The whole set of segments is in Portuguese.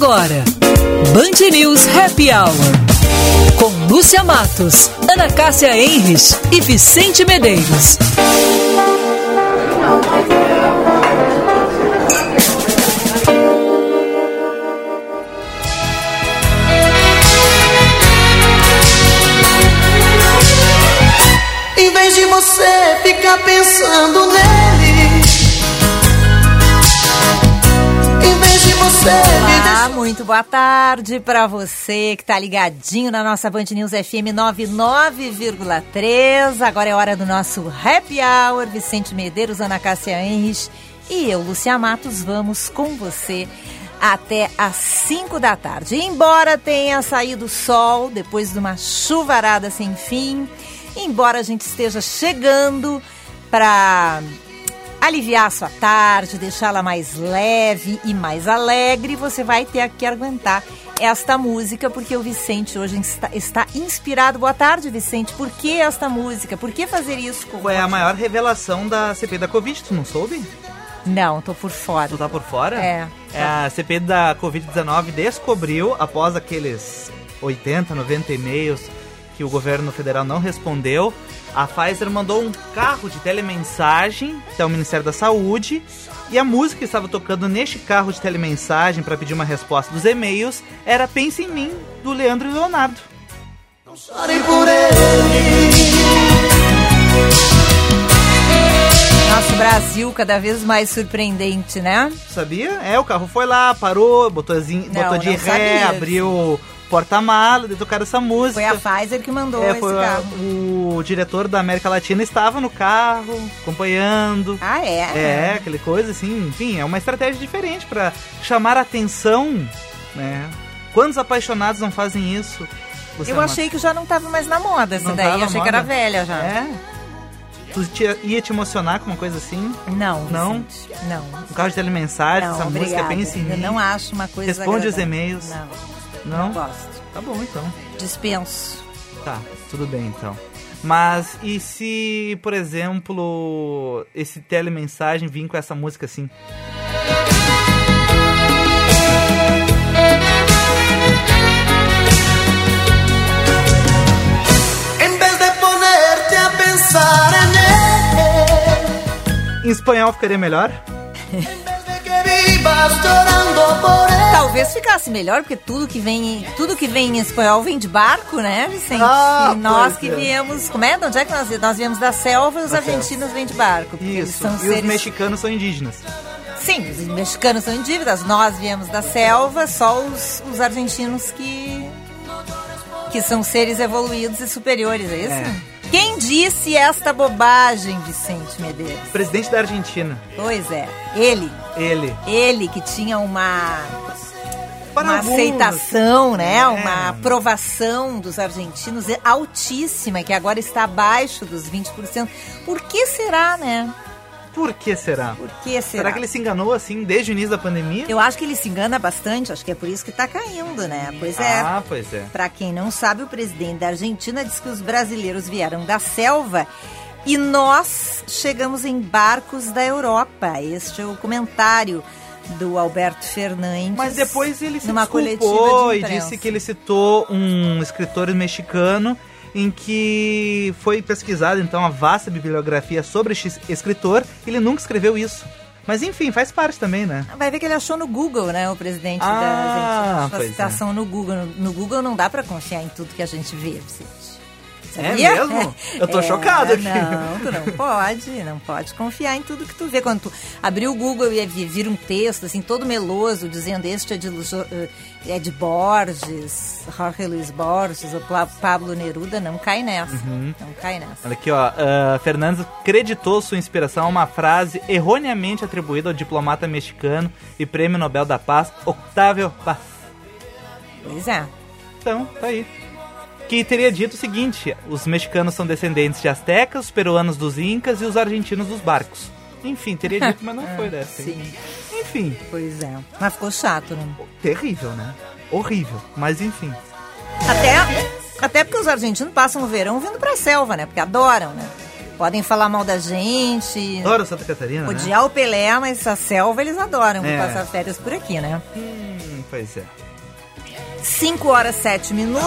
Agora, Band News Happy Hour. Com Lúcia Matos, Ana Cássia Henrich e Vicente Medeiros. Em vez de você ficar pensando nele, em vez de você me deixar... Muito boa tarde para você que tá ligadinho na nossa Band News FM 99,3. Agora é hora do nosso Happy Hour. Vicente Medeiros, Ana Cássia Henrich e eu, Lúcia Matos, vamos com você até às 5 da tarde. Embora tenha saído o sol depois de uma chuvarada sem fim, embora a gente esteja chegando para aliviar a sua tarde, deixá-la mais leve e mais alegre, você vai ter que aguentar esta música, porque o Vicente hoje está inspirado. Boa tarde, Vicente. Por que esta música? Por que fazer isso? Foi a maior revelação da CPI da Covid, tu não soube? Não, tô por fora. Tu tá por fora? É. A CPI da Covid-19 descobriu, após aqueles 80, 90 e-mails que o governo federal não respondeu, a Pfizer mandou um carro de telemensagem até o Ministério da Saúde, e a música que estava tocando neste carro de telemensagem para pedir uma resposta dos e-mails era Pense em Mim, do Leandro e Leonardo. Não chore por ele. Nosso Brasil cada vez mais surpreendente, né? Sabia? O carro foi lá, parou, botou de ré, sabia. abriu porta-mala, tocaram essa música. Foi a Pfizer que mandou esse carro. O diretor da América Latina estava no carro, acompanhando. Ah, é? Aquela coisa assim, enfim, é uma estratégia diferente para chamar a atenção, né? Quantos apaixonados não fazem isso? Eu achei que já não estava mais na moda essa daí, achei que era velha já. Tu ia te emocionar com uma coisa assim? Não. Não? Vicente, não. Um carro de telemensagem, essa música Pense em Mim. Eu não acho uma coisa Responde agradável. os e-mails. Não gosto. Tá bom, então. Dispenso. Tá, tudo bem, então. Mas e se, por exemplo, esse telemensagem vir com essa música assim? Em vez de ponerte a pensar en él, Em espanhol ficaria melhor? en vez de que vivas llorando por él. Talvez ficasse melhor, porque tudo que vem em espanhol vem de barco, né, Vicente? Ah, e nós pois que é. viemos... Como é? De onde é que nós viemos da selva e os argentinos vêm de barco. Porque eles Isso, são e seres... os mexicanos são indígenas. Sim, os mexicanos são indígenas, nós viemos da selva, só os argentinos que são seres evoluídos e superiores, é isso? É. Quem disse esta bobagem, Vicente Medeiros? Presidente da Argentina. Pois é, ele que tinha uma alguns, aceitação, né? Uma aprovação dos argentinos altíssima, que agora está abaixo dos 20%. Por que será, né? Por que será? Por que será? Será que ele se enganou assim desde o início da pandemia? Eu acho que ele se engana bastante, acho que é por isso que tá caindo, né? Pois é. Ah, pois é. Pra quem não sabe, o presidente da Argentina diz que os brasileiros vieram da selva e nós chegamos em barcos da Europa. Este é o comentário do Alberto Fernandes. Mas depois ele se numa desculpou coletiva de e imprensa. disse que ele citou um escritor mexicano em que foi pesquisada então a vasta bibliografia sobre este escritor. Ele nunca escreveu isso. Mas enfim, faz parte também, né? Vai ver que ele achou no Google, né? O presidente da Argentina. Achou a citação no Google. No Google não dá pra confiar em tudo que a gente vê, Vicente. Sabia? É mesmo? Eu tô chocado aqui. Não, tu não pode confiar em tudo que tu vê. Quando tu abrir o Google e vir um texto assim, todo meloso, dizendo este é de Borges, Jorge Luis Borges, ou Pablo Neruda, não cai nessa. Não cai nessa. Olha aqui, ó. Fernandes creditou sua inspiração a uma frase erroneamente atribuída ao diplomata mexicano e prêmio Nobel da Paz, Octavio Paz. Pois é. Então, tá aí. Que teria dito o seguinte: os mexicanos são descendentes de astecas, os peruanos dos incas e os argentinos dos barcos. Enfim, teria dito, mas não foi dessa. Sim. Enfim. Pois é. Mas ficou chato, né? Terrível, né? Horrível. Mas enfim. Até porque os argentinos passam o verão vindo pra selva, né? Porque adoram, né? Podem falar mal da gente. Adoram Santa Catarina, odiar o Pelé, mas a selva eles adoram É. passar férias por aqui, né? Pois é. 5h07.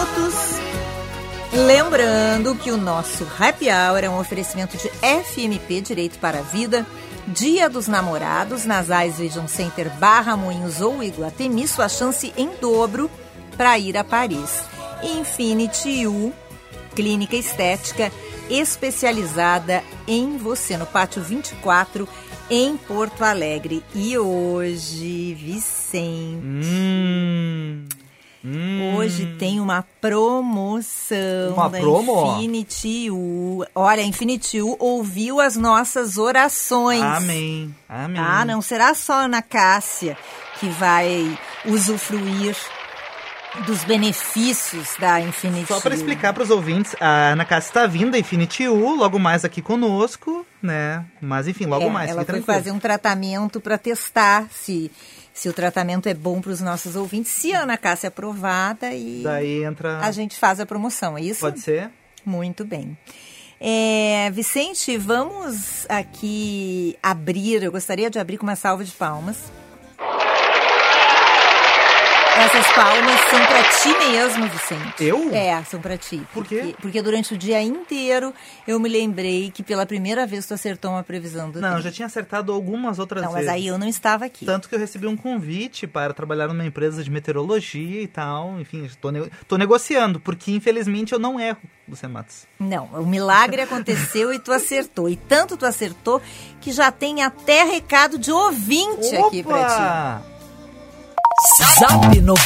Lembrando que o nosso Happy Hour é um oferecimento de FMP Direito para a Vida, Dia dos Namorados, Nasais Vision Center Barra Moinhos ou Iguatemi, sua chance em dobro para ir a Paris. Infinity U, clínica estética especializada em você, no Pátio 24, em Porto Alegre. E hoje, Vicente, hoje tem uma promoção da Infinity U. Olha, a Infinity U ouviu as nossas orações. Amém, amém. Ah, não será só a Ana Cássia que vai usufruir dos benefícios da Infinity U. Só para explicar para os ouvintes, a Ana Cássia está vindo da Infinity U, logo mais aqui conosco, né? Mas enfim, logo mais. Ela foi fazer um tratamento para testar se o tratamento é bom para os nossos ouvintes. Se a Ana Cássia é aprovada, e daí entra... a gente faz a promoção, é isso? Pode ser. Muito bem. Vicente, vamos aqui abrir, eu gostaria de abrir com uma salva de palmas. Essas palmas são pra ti mesmo, Vicente. Eu? São pra ti. Por quê? Porque durante o dia inteiro eu me lembrei que pela primeira vez tu acertou uma previsão do tempo. Não, eu já tinha acertado algumas outras vezes. Não, mas aí eu não estava aqui. Tanto que eu recebi um convite para trabalhar numa empresa de meteorologia e tal. Enfim, tô negociando, porque infelizmente eu não erro, Luciano Matos. Não, o milagre aconteceu e tu acertou. E tanto tu acertou que já tem até recado de ouvinte aqui pra ti. Zap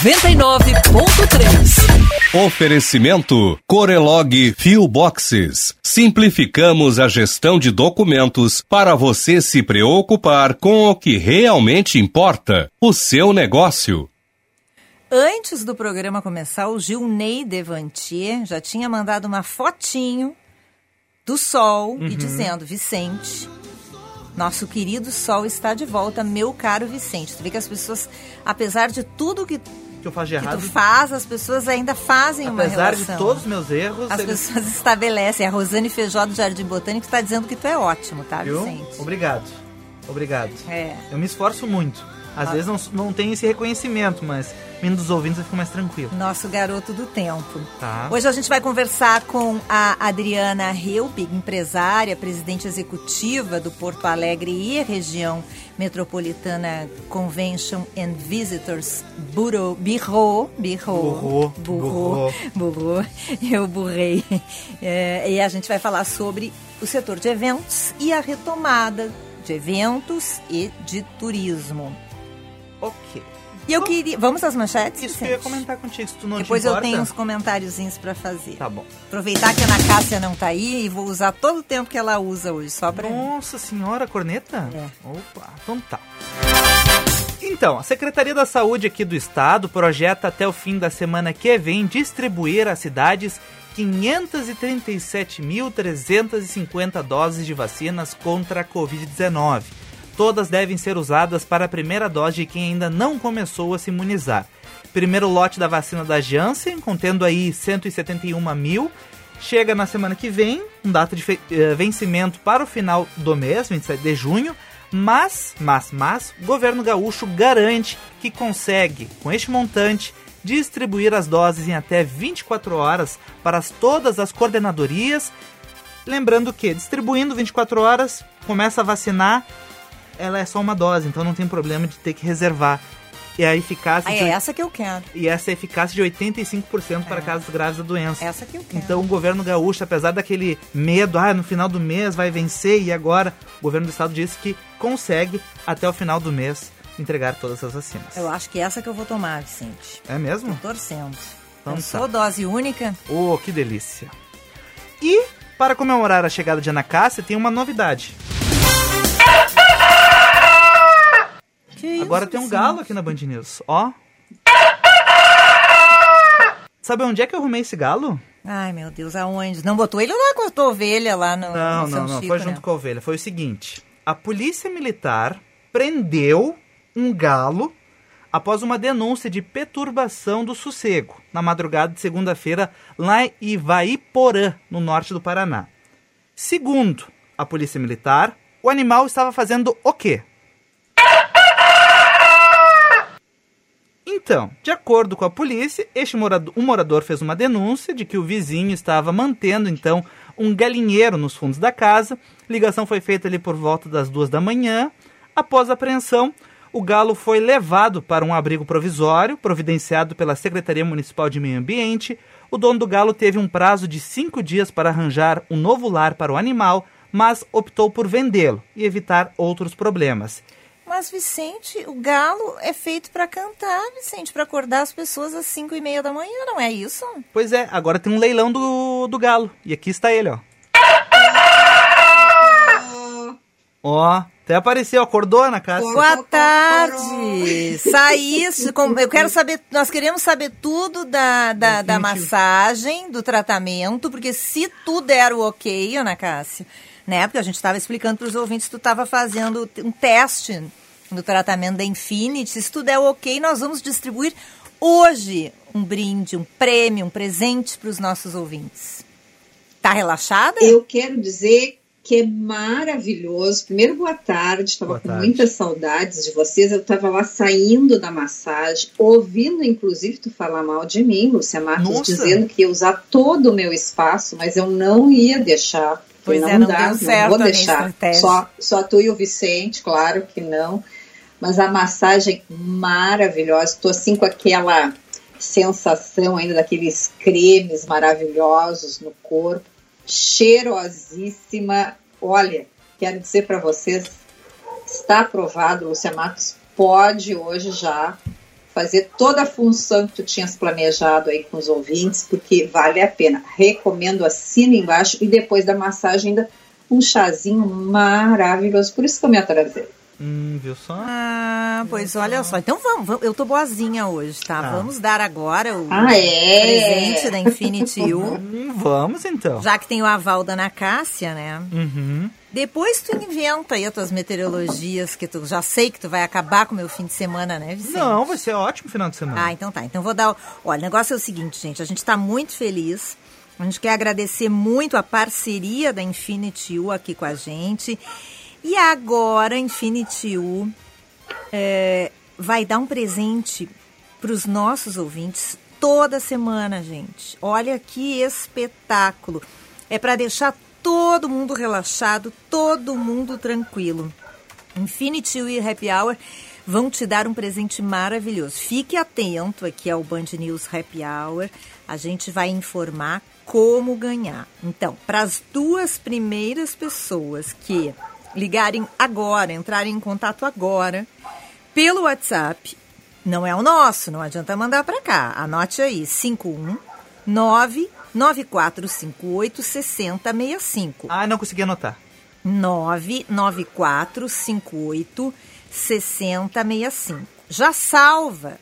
99.3. Oferecimento Corelog Fuel Boxes. Simplificamos a gestão de documentos para você se preocupar com o que realmente importa, o seu negócio. Antes do programa começar, o Gilney Devantier já tinha mandado uma fotinho do sol e dizendo: Vicente, nosso querido sol está de volta, meu caro Vicente. Tu vê que as pessoas, apesar de tudo que eu faço de errado, tu faz, as pessoas ainda fazem uma relação. Apesar de todos os meus erros, as pessoas estabelecem. A Rosane Feijó do Jardim Botânico está dizendo que tu é ótimo, tá, Vicente? Obrigado. Eu me esforço muito. Às vezes não tem esse reconhecimento, mas vindo dos ouvintes eu fico mais tranquilo. Nosso garoto do tempo. Tá. Hoje a gente vai conversar com a Adriana Helbig, empresária, presidente executiva do Porto Alegre e região metropolitana Convention and Visitors Bureau. Eu burrei. E a gente vai falar sobre o setor de eventos e a retomada de eventos e de turismo. Ok. E eu queria... Vamos às manchetes? Isso que eu ia comentar contigo, se tu não Depois te importa. eu tenho uns comentáriozinhos pra fazer. Tá bom. Aproveitar que a Ana Cássia não tá aí e vou usar todo o tempo que ela usa hoje, só pra... Nossa senhora, corneta? É. Opa, então tá. Então, a Secretaria da Saúde aqui do Estado projeta até o fim da semana que vem distribuir às cidades 537.350 doses de vacinas contra a Covid-19. Todas devem ser usadas para a primeira dose de quem ainda não começou a se imunizar. Primeiro lote da vacina da Janssen, contendo aí 171 mil, chega na semana que vem, com data de vencimento para o final do mês, 27 de junho, mas o governo gaúcho garante que consegue, com este montante, distribuir as doses em até 24 horas para todas as coordenadorias. Lembrando que, distribuindo 24 horas, começa a vacinar, ela é só uma dose, então não tem problema de ter que reservar. E a eficácia... É essa que eu quero. E essa é a eficácia de 85% para casos graves da doença. Essa que eu quero. Então o governo gaúcho, apesar daquele medo, no final do mês vai vencer, e agora o governo do estado disse que consegue, até o final do mês, entregar todas as vacinas. Eu acho que essa que eu vou tomar, Vicente. É mesmo? Tô torcendo. Então eu sou dose única. Oh, que delícia. E, para comemorar a chegada de Ana Cássia, tem uma novidade. Agora tem um galo aqui na Band News, ó. Sabe onde é que eu arrumei esse galo? Ai, meu Deus, aonde? Não botou ele lá com a tua ovelha lá no Não, Chico, foi junto com a ovelha. Foi o seguinte, a polícia militar prendeu um galo após uma denúncia de perturbação do sossego, na madrugada de segunda-feira, lá em Ivaiporã, no norte do Paraná. Segundo a polícia militar, o animal estava fazendo o quê? Então, de acordo com a polícia, um morador fez uma denúncia de que o vizinho estava mantendo, então, um galinheiro nos fundos da casa. A ligação foi feita ali por volta das 2 da manhã. Após a apreensão, o galo foi levado para um abrigo provisório, providenciado pela Secretaria Municipal de Meio Ambiente. O dono do galo teve um prazo de 5 dias para arranjar um novo lar para o animal, mas optou por vendê-lo e evitar outros problemas. Mas, Vicente, o galo é feito para cantar, Vicente, para acordar as pessoas às 5h30 da manhã, não é isso? Pois é, agora tem um leilão do galo. E aqui está ele, ó. Ó, até apareceu, acordou na casa. Boa tarde! Saísse, eu quero saber, nós queremos saber tudo da massagem, do tratamento, porque se tu der o ok, Ana Cássia, né? Porque a gente estava explicando para os ouvintes que tu estava fazendo um teste no tratamento da Infinity. Se tu der o ok, nós vamos distribuir hoje um brinde, um prêmio, um presente para os nossos ouvintes. Tá relaxada? Eu quero dizer que é maravilhoso. Primeiro, boa tarde. Estava com muitas saudades de vocês. Eu estava lá saindo da massagem, ouvindo, inclusive, tu falar mal de mim, Lúcia Matos, dizendo que ia usar todo o meu espaço, mas eu não ia deixar. Pois não é, não dá, deu certo, não vou deixar. Só tu e o Vicente, claro que não. Mas a massagem maravilhosa. Estou assim com aquela sensação ainda daqueles cremes maravilhosos no corpo. Cheirosíssima. Olha, quero dizer para vocês, está aprovado, Lúcia Matos pode hoje já fazer toda a função que tu tinhas planejado aí com os ouvintes, porque vale a pena. Recomendo, assina embaixo, e depois da massagem ainda um chazinho maravilhoso. Por isso que eu me atrasei. Viu só? Ah, pois olha só. Então vamos, eu tô boazinha hoje, tá? Vamos dar agora o presente da Infinity U. Vamos então. Já que tem o aval da Ana Cássia, né? Uhum. Depois tu inventa aí as tuas meteorologias, que tu já sei que tu vai acabar com o meu fim de semana, né, Vicente? Não, vai ser ótimo final de semana. Ah, então tá. Então vou dar... Olha, o negócio é o seguinte, gente. A gente tá muito feliz. A gente quer agradecer muito a parceria da Infinity U aqui com a gente. E agora a Infinity U vai dar um presente para os nossos ouvintes toda semana, gente. Olha que espetáculo. É para deixar todo mundo relaxado, todo mundo tranquilo. Infinity U e Happy Hour vão te dar um presente maravilhoso. Fique atento aqui ao Band News Happy Hour. A gente vai informar como ganhar. Então, para as 2 primeiras pessoas que ligarem agora, entrarem em contato agora, pelo WhatsApp, não é o nosso, não adianta mandar para cá. Anote aí, 51994586065. Ah, não consegui anotar. 994586065. Já salva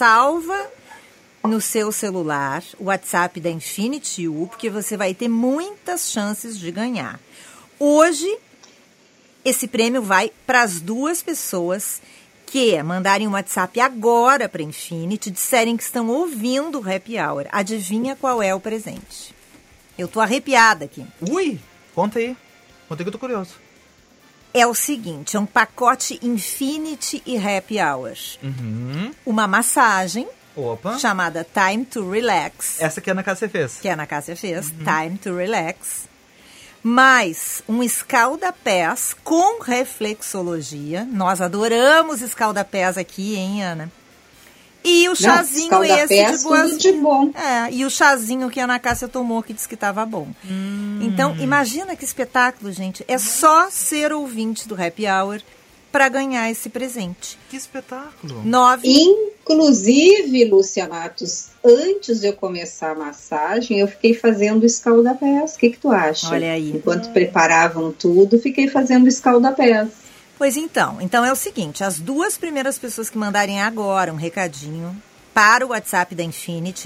no seu celular o WhatsApp da Infinity U, porque você vai ter muitas chances de ganhar. Hoje, esse prêmio vai para as 2 pessoas que mandarem um WhatsApp agora para Infinity, disserem que estão ouvindo o Happy Hour. Adivinha qual é o presente? Eu tô arrepiada aqui. Ui, conta aí. Conta aí que eu tô curioso. É o seguinte, é um pacote Infinity e Happy Hour. Uma massagem chamada Time to Relax. Essa que a Ana Cássia fez. Que a Ana Cássia fez, Time to Relax. Mais um escalda-pés com reflexologia. Nós adoramos escalda-pés aqui, hein, Ana? E o chazinho esse de boas... de bom. E o chazinho que a Ana Cássia tomou, que disse que estava bom. Então, imagina que espetáculo, gente. É só ser ouvinte do Happy Hour para ganhar esse presente. Que espetáculo. Inclusive, Lúcia Matos, antes de eu começar a massagem, eu fiquei fazendo escalda-pés. O que tu acha? Olha aí. Enquanto preparavam tudo, fiquei fazendo escalda-pés. Pois então é o seguinte, as 2 primeiras pessoas que mandarem agora um recadinho para o WhatsApp da Infinity,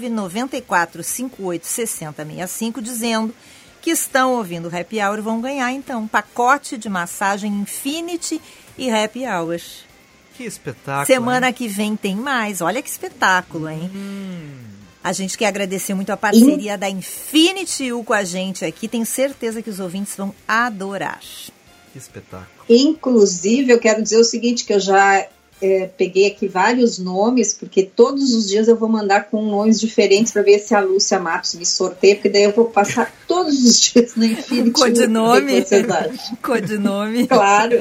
994586065, dizendo que estão ouvindo o Happy Hour, vão ganhar, então, um pacote de massagem Infinity e Happy Hour. Que espetáculo. Semana que vem tem mais. Olha que espetáculo, hein? A gente quer agradecer muito a parceria da Infinity U com a gente aqui. Tenho certeza que os ouvintes vão adorar. Que espetáculo. Inclusive, eu quero dizer o seguinte, que eu já peguei aqui vários nomes, porque todos os dias eu vou mandar com nomes diferentes para ver se a Lúcia Matos me sorteia, porque daí eu vou passar todos os dias na Infinity. Codinome. Codinome. Claro.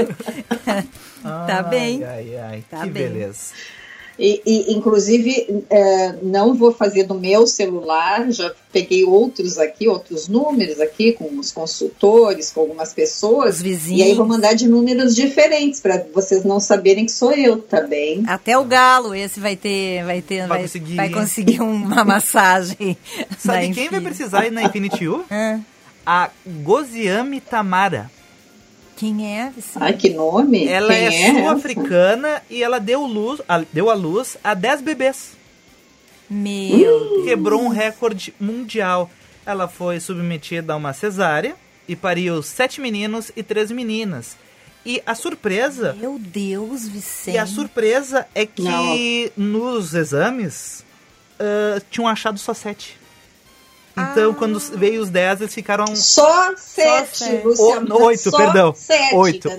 Tá bem. Tá que bem. Beleza. E inclusive, não vou fazer do meu celular, já peguei outros números aqui, com os consultores, com algumas pessoas, os vizinhos. E aí vou mandar de números diferentes, para vocês não saberem que sou eu, tá bem? Até o Galo, esse vai conseguir uma massagem. Sabe quem vai precisar ir na Infinity U? A Gosiame Tamara. Quem é, Vicente? Ai, que nome! Ela é sul-africana e ela deu à luz a 10 bebês. Meu Deus. Quebrou um recorde mundial. Ela foi submetida a uma cesárea e pariu 7 meninos e 3 meninas. E a surpresa... Meu Deus, Vicente. E a surpresa é que nos exames tinham achado só 7. Então, quando veio os 10, eles ficaram... Só 7, Luciano. 8, perdão. 7,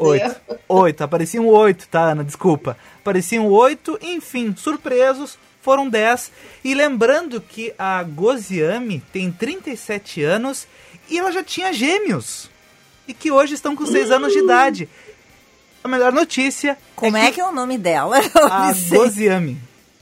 8. Apareciam 8, tá, Ana? Desculpa. Apareciam 8, enfim, surpresos, foram 10. E lembrando que a Gosiame tem 37 anos e ela já tinha gêmeos. E que hoje estão com 6 anos de idade. A melhor notícia... Como é que é o nome dela? A Gosiame.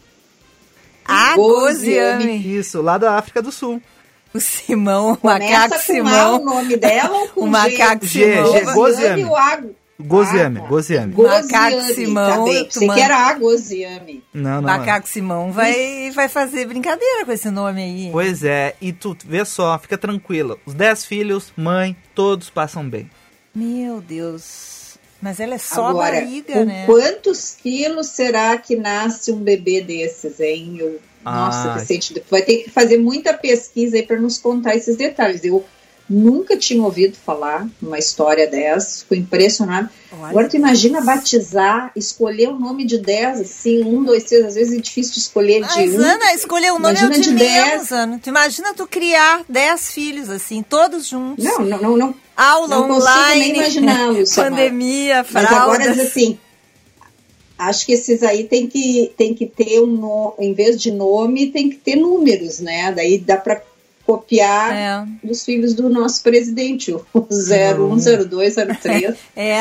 A Gosiame. Isso, lá da África do Sul. O Simão, o Começa macaco com Simão. o nome dela ou com o macaco Simão? Gosiame. Gosiame. Macaco Simão. Tá você que era a Gosiame. Não. Macaco Simão vai fazer brincadeira com esse nome aí. Pois é, e tu vê só, fica tranquila. Os 10 filhos, mãe, todos passam bem. Meu Deus. Mas ela é só agora, barriga, né? Quantos quilos será que nasce um bebê desses, hein? Nossa, Vicente, vai ter que fazer muita pesquisa aí para nos contar esses detalhes. Eu nunca tinha ouvido falar numa história dessa, fico impressionada. Agora tu imagina batizar, escolher o nome de 10, assim, 1, 2, 3, às vezes é difícil de escolher de Mas, Ana, escolher o nome é o de menos, Ana. Tu imagina tu criar 10 filhos, assim, todos juntos. Não. Aula não online, nem imaginar, pandemia, fraldas. Mas agora, assim, acho que esses aí tem que ter em vez de nome, tem que ter números, né? Daí dá para copiar dos filhos do nosso presidente, o 01, 02, 03,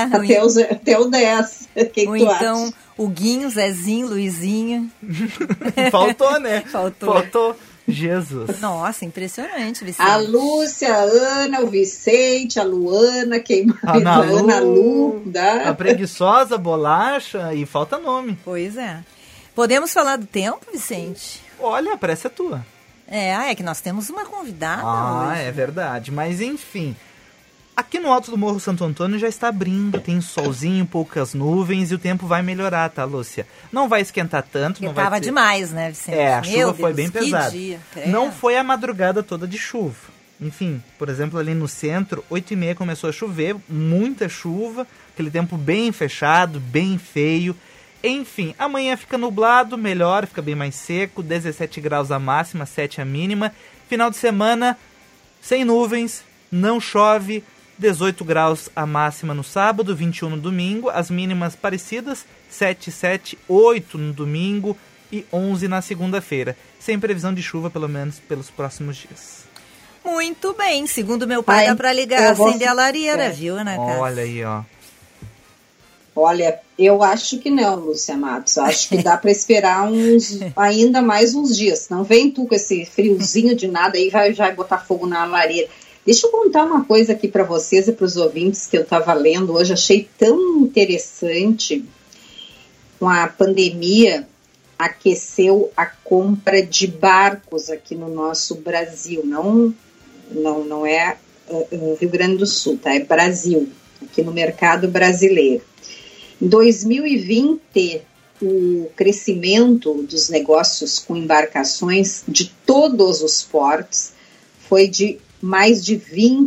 até o 10. Que ou tu então acha? O Guinho, Zezinho, Luizinho. Faltou, né? Faltou. Jesus. Nossa, impressionante, Vicente. A Lúcia, a Ana, o Vicente, a Luana, quem mais? A Ana Lu, a preguiçosa, bolacha e falta nome. Pois é. Podemos falar do tempo, Vicente? Olha, parece a tua. É que nós temos uma convidada hoje. É verdade. Mas enfim, aqui no alto do Morro Santo Antônio já está abrindo, tem solzinho, poucas nuvens e o tempo vai melhorar, tá, Lúcia? Não vai esquentar tanto. Porque não vai tava ser... demais, né, Vicente? A chuva foi bem pesada. Dia, não foi a madrugada toda de chuva. Enfim, por exemplo, ali no centro, 8h30 começou a chover, muita chuva, aquele tempo bem fechado, bem feio. Enfim, amanhã fica nublado, melhor, fica bem mais seco, 17 graus a máxima, 7 a mínima. Final de semana, sem nuvens, não chove, 18 graus a máxima no sábado, 21 no domingo, as mínimas parecidas, 7, 8 no domingo e 11 na segunda-feira. Sem previsão de chuva, pelo menos pelos próximos dias. Muito bem, segundo meu pai, dá pra ligar, acender a lareira, viu, Ana Cássia? Olha aí, ó. Olha, eu acho que não, Lúcia Matos. Acho que dá para esperar ainda mais uns dias. Não vem tu com esse friozinho de nada aí vai botar fogo na lareira. Deixa eu contar uma coisa aqui para vocês e para os ouvintes que eu estava lendo hoje. Achei tão interessante. Com a pandemia, aqueceu a compra de barcos aqui no nosso Brasil. Não é Rio Grande do Sul, tá? É Brasil, aqui no mercado brasileiro. Em 2020, o crescimento dos negócios com embarcações de todos os portos foi de mais de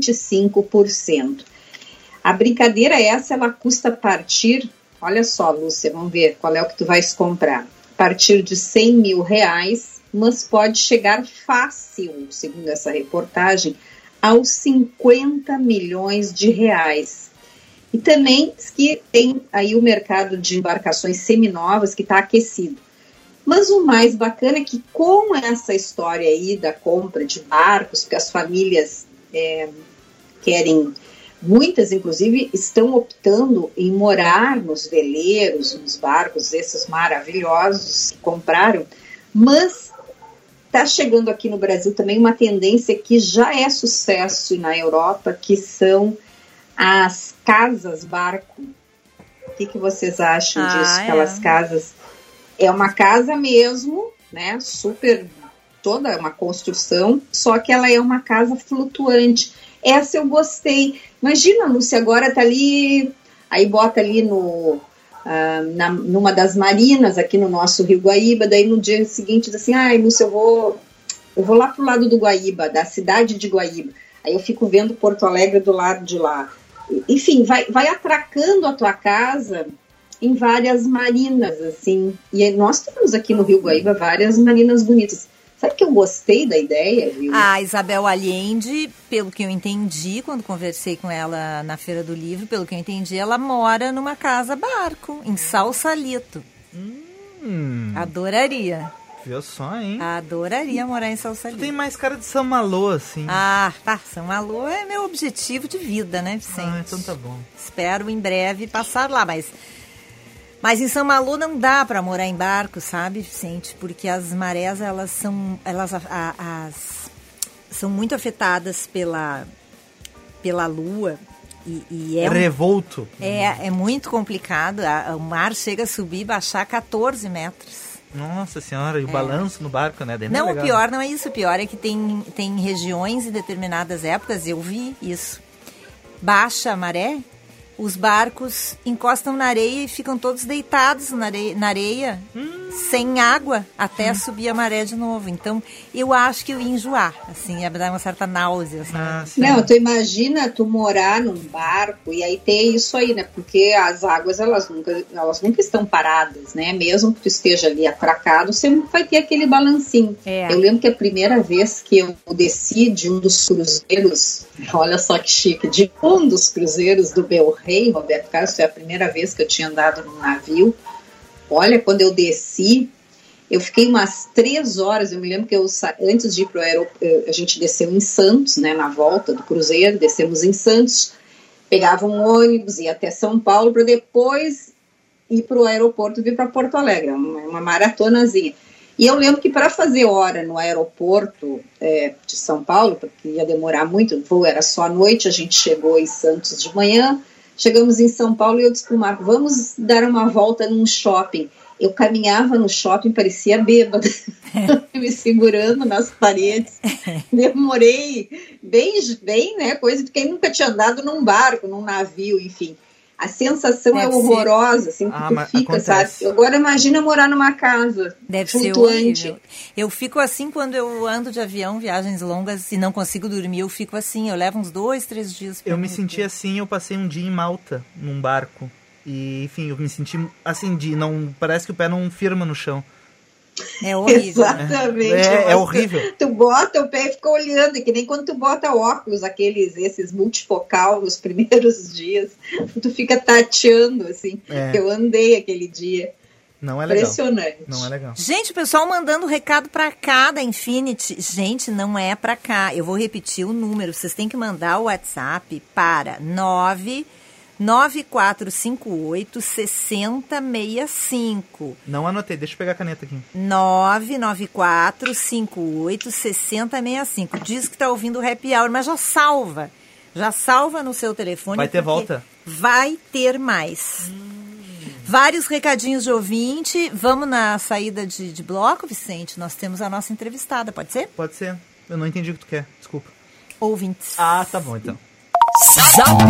25%. A brincadeira ela custa a partir, olha só, Lúcia, vamos ver qual é o que tu vais comprar. A partir de R$100 mil, mas pode chegar fácil, segundo essa reportagem, aos 50 milhões de reais. E também diz que tem aí o mercado de embarcações seminovas que está aquecido. Mas o mais bacana é que com essa história aí da compra de barcos, porque as famílias querem, muitas inclusive estão optando em morar nos veleiros, nos barcos esses maravilhosos que compraram, mas está chegando aqui no Brasil também uma tendência que já é sucesso na Europa, que são as casas-barco. O que vocês acham disso? Aquelas casas... É uma casa mesmo, né? Super, toda uma construção, só que ela é uma casa flutuante. Essa eu gostei. Imagina, Lúcia, agora tá ali, aí bota ali numa das marinas aqui no nosso Rio Guaíba, daí no dia seguinte diz assim, Lúcia, eu vou lá pro lado do Guaíba, da cidade de Guaíba. Aí eu fico vendo Porto Alegre do lado de lá. Enfim, vai atracando a tua casa em várias marinas, assim. E nós temos aqui no Rio Guaíba várias marinas bonitas. Sabe que eu gostei da ideia, viu? A Isabel Allende, pelo que eu entendi, quando conversei com ela na Feira do Livro, pelo que eu entendi, ela mora numa casa-barco, em Sausalito. Adoraria. Viu só, hein? Adoraria morar em Sausalito. Tem mais cara de São Malo, assim. São Malo é meu objetivo de vida, né, Vicente? Então tá bom. Espero em breve passar lá, Mas em São Malo não dá para morar em barco, sabe, Vicente? Porque as marés, elas são muito afetadas pela lua. E é revolto. É muito complicado. O mar chega a subir e baixar 14 metros. Nossa senhora, e o balanço no barco, né? Não, o pior não é isso. O pior é que tem regiões em determinadas épocas, eu vi isso. Baixa a maré, os barcos encostam na areia e ficam todos deitados na areia sem água, até subir a maré de novo. Então, eu acho que eu ia enjoar, assim, ia dar uma certa náusea. Não, tu imagina tu morar num barco e aí ter isso aí, né? Porque as águas, elas nunca estão paradas, né? Mesmo que tu esteja ali atracado, sempre vai ter aquele balancinho. Eu lembro que a primeira vez que eu desci de um dos cruzeiros, olha só que chique, de um dos cruzeiros do Bel-Rei, Roberto Carlos, foi a primeira vez que eu tinha andado num navio. Olha, quando eu desci, eu fiquei umas 3 horas, eu me lembro que antes de ir para o aeroporto, a gente desceu em Santos, né, na volta do cruzeiro, descemos em Santos, pegava um ônibus, ia até São Paulo, para depois ir para o aeroporto e vir para Porto Alegre, uma maratonazinha. E eu lembro que para fazer hora no aeroporto de São Paulo, porque ia demorar muito, o voo era só à noite, a gente chegou em Santos de manhã, chegamos em São Paulo e eu disse para o Marco, vamos dar uma volta num shopping. Eu caminhava no shopping, parecia bêbada, me segurando nas paredes. Demorei bem, né, coisa de quem nunca tinha andado num barco, num navio, enfim. A sensação é horrorosa, assim, que tu fica, acontece. Sabe? Agora imagina morar numa casa flutuante. Ser horrível. Eu fico assim quando eu ando de avião, viagens longas, e não consigo dormir, eu fico assim, eu levo uns 2, 3 dias. Eu me senti assim, eu passei um dia em Malta, num barco. E, enfim, eu me senti assim, parece que o pé não firma no chão. É horrível. Exatamente. É horrível. Tu bota o pé e fica olhando, que nem quando tu bota óculos, esses multifocal nos primeiros dias, tu fica tateando, assim. Eu andei aquele dia. Não é legal. Impressionante. Não é legal. Gente, o pessoal mandando recado pra cá da Infinity. Gente, não é pra cá. Eu vou repetir o número. Vocês têm que mandar o WhatsApp para 99458-6065. Não anotei, deixa eu pegar a caneta aqui. 99458-6065. Diz que tá ouvindo o Happy Hour, mas já salva. Já salva no seu telefone. Vai ter volta? Vai ter mais. Vários recadinhos de ouvinte. Vamos na saída de bloco, Vicente? Nós temos a nossa entrevistada, pode ser? Pode ser. Eu não entendi o que tu quer, desculpa. Ouvintes. Tá bom então. Zap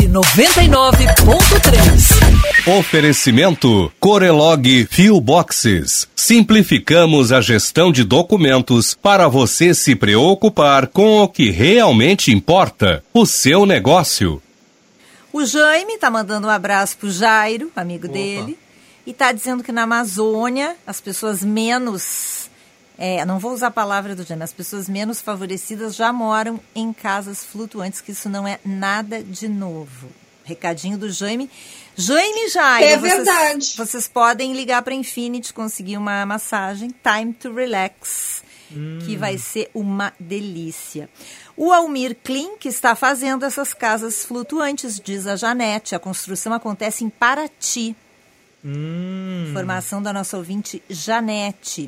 99.3. Oferecimento Corelog Fuel Boxes. Simplificamos a gestão de documentos para você se preocupar com o que realmente importa, o seu negócio. O Jaime tá mandando um abraço pro Jairo, amigo dele, e tá dizendo que na Amazônia as pessoas menos... não vou usar a palavra do Jaime, as pessoas menos favorecidas já moram em casas flutuantes, que isso não é nada de novo. Recadinho do Jaime. Jaime Jairo. É verdade. Vocês podem ligar para Infinity, conseguir uma massagem Time to Relax, que vai ser uma delícia. O Almir Klein, que está fazendo essas casas flutuantes, diz a Janete. A construção acontece em Paraty. Informação da nossa ouvinte Janete.